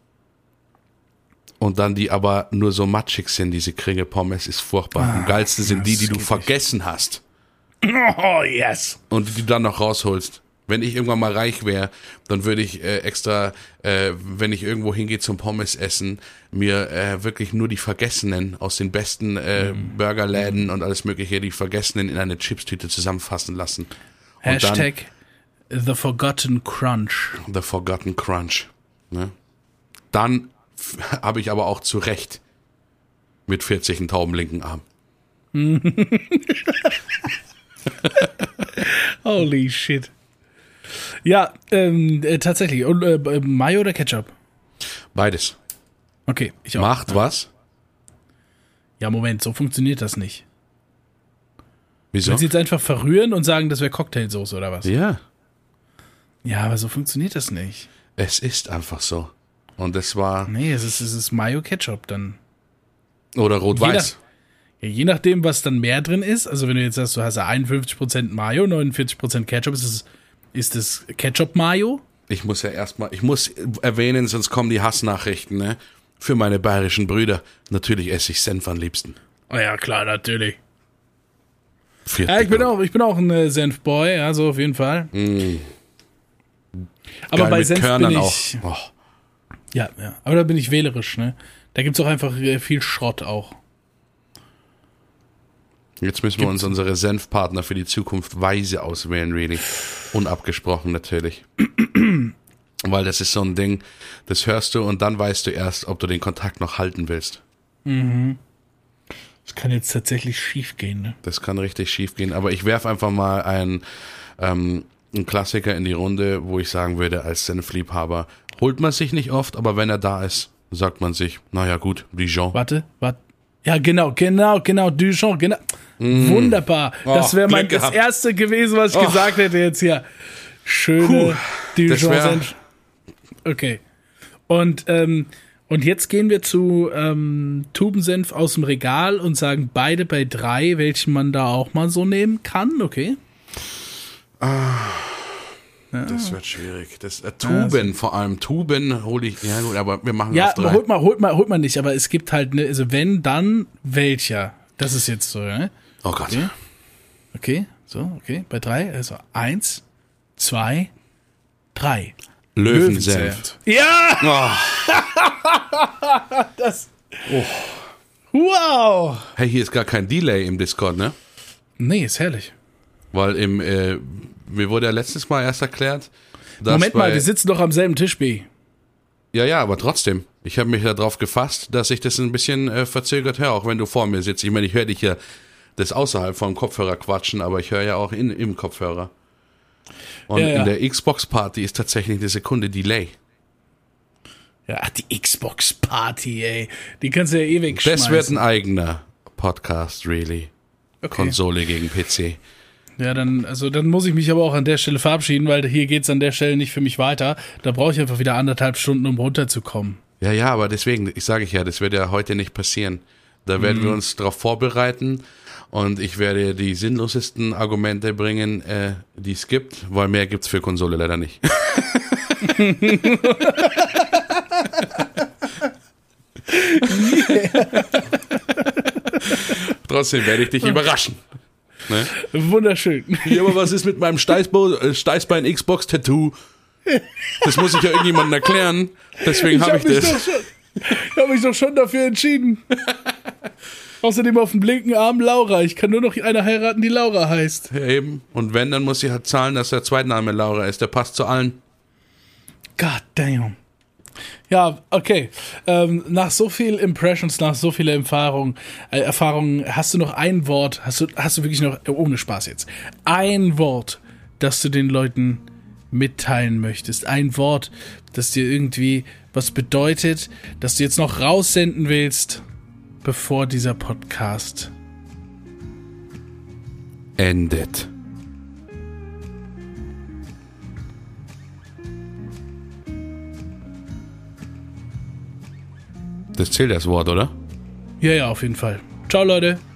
und dann die aber nur so matschig sind, diese Kringelpommes, ist furchtbar. Am geilsten sind die du vergessen hast. Oh, yes. Und die du dann noch rausholst. Wenn ich irgendwann mal reich wäre, dann würde ich extra, wenn ich irgendwo hingehe zum Pommes essen, mir wirklich nur die Vergessenen aus den besten Burgerläden und alles mögliche, die Vergessenen in eine Chipstüte zusammenfassen lassen. Und Hashtag The Forgotten Crunch. The Forgotten Crunch. Ne? Dann habe ich aber auch zu Recht mit 40 einen tauben linken Arm. Holy shit. Ja, tatsächlich. Und Mayo oder Ketchup? Beides. Okay, ich auch. Macht was? Ja, Moment, so funktioniert das nicht. Wieso? Willst du jetzt einfach verrühren und sagen, das wäre Cocktailsoße oder was? Ja. Ja, aber so funktioniert das nicht. Es ist einfach so. Und es war... Nee, es ist Mayo-Ketchup dann. Oder Rot-Weiß. Je nachdem, was dann mehr drin ist. Also wenn du jetzt sagst, du hast ja 51% Mayo, 49% Ketchup, ist das Ketchup-Mayo? Ich muss erwähnen, sonst kommen die Hassnachrichten, ne? Für meine bayerischen Brüder. Natürlich esse ich Senf am liebsten. Oh ja, klar, natürlich. Ja, ich bin auch ein Senfboy, also auf jeden Fall. Aber geil, bei mit Senf Körnern bin ich... auch. Oh. Ja, aber da bin ich wählerisch, ne? Da gibt's auch einfach viel Schrott auch. Jetzt müssen wir uns unsere Senfpartner für die Zukunft weise auswählen, really. Unabgesprochen natürlich. Weil das ist so ein Ding, das hörst du und dann weißt du erst, ob du den Kontakt noch halten willst. Mhm. Das kann jetzt tatsächlich schief gehen, ne? Das kann richtig schief gehen, aber ich werfe einfach mal einen Klassiker in die Runde, wo ich sagen würde, als Senfliebhaber, holt man sich nicht oft, aber wenn er da ist, sagt man sich, naja gut, Dijon. Warte. Ja, genau, Dijon, genau. Wunderbar. Das wäre das Erste gewesen, was ich gesagt hätte jetzt hier. Schöne Dijon-Senf. Okay. Und jetzt gehen wir zu Tubensenf aus dem Regal und sagen beide bei 3, welchen man da auch mal so nehmen kann, okay? Das wird schwierig. Tuben vor allem. Tuben hole ich. Ja gut, aber wir machen ja, auf 3. Holt man nicht, aber es gibt halt, also wenn, dann welcher. Das ist jetzt so, ne? Oh Gott. Okay. So, okay, bei 3. Also 1, 2, 3. Löwensenf. Ja! Oh. Das. Oh. Wow! Hey, hier ist gar kein Delay im Discord, ne? Nee, ist herrlich. Weil mir wurde ja letztes Mal erst erklärt, dass Moment mal, wir sitzen doch am selben Tisch, B. Ja, aber trotzdem. Ich habe mich darauf gefasst, dass ich das ein bisschen verzögert höre, auch wenn du vor mir sitzt. Ich meine, ich höre dich ja das außerhalb vom Kopfhörer quatschen, aber ich höre ja auch im Kopfhörer. Und Ja. in der Xbox-Party ist tatsächlich eine Sekunde Delay. Ja, ach, die Xbox-Party, ey. Die kannst du ja eh wegschmeißen. Das wird ein eigener Podcast, really. Okay. Konsole gegen PC. Ja, dann muss ich mich aber auch an der Stelle verabschieden, weil hier geht's an der Stelle nicht für mich weiter. Da brauche ich einfach wieder 1,5 Stunden, um runterzukommen. Ja, aber deswegen, das wird ja heute nicht passieren. Da werden wir uns darauf vorbereiten und ich werde die sinnlosesten Argumente bringen, die es gibt, weil mehr gibt's für Konsole leider nicht. Trotzdem werde ich dich überraschen. Ne? Wunderschön. Ja, aber was ist mit meinem Steißbein Xbox Tattoo? Das muss ich ja irgendjemandem erklären. Deswegen habe ich das. Ich habe mich doch schon dafür entschieden. Außerdem auf dem linken Arm Laura. Ich kann nur noch eine heiraten, die Laura heißt. Ja, eben. Und wenn, dann muss sie halt zahlen, dass der Zweitname Laura ist. Der passt zu allen. God damn. Ja, okay. Nach so viel Impressions, nach so viel Erfahrungen, hast du noch ein Wort, hast du wirklich noch, ohne Spaß jetzt, ein Wort, das du den Leuten mitteilen möchtest, ein Wort, das dir irgendwie was bedeutet, das du jetzt noch raussenden willst, bevor dieser Podcast endet. Das zählt das Wort, oder? Ja, auf jeden Fall. Ciao, Leute.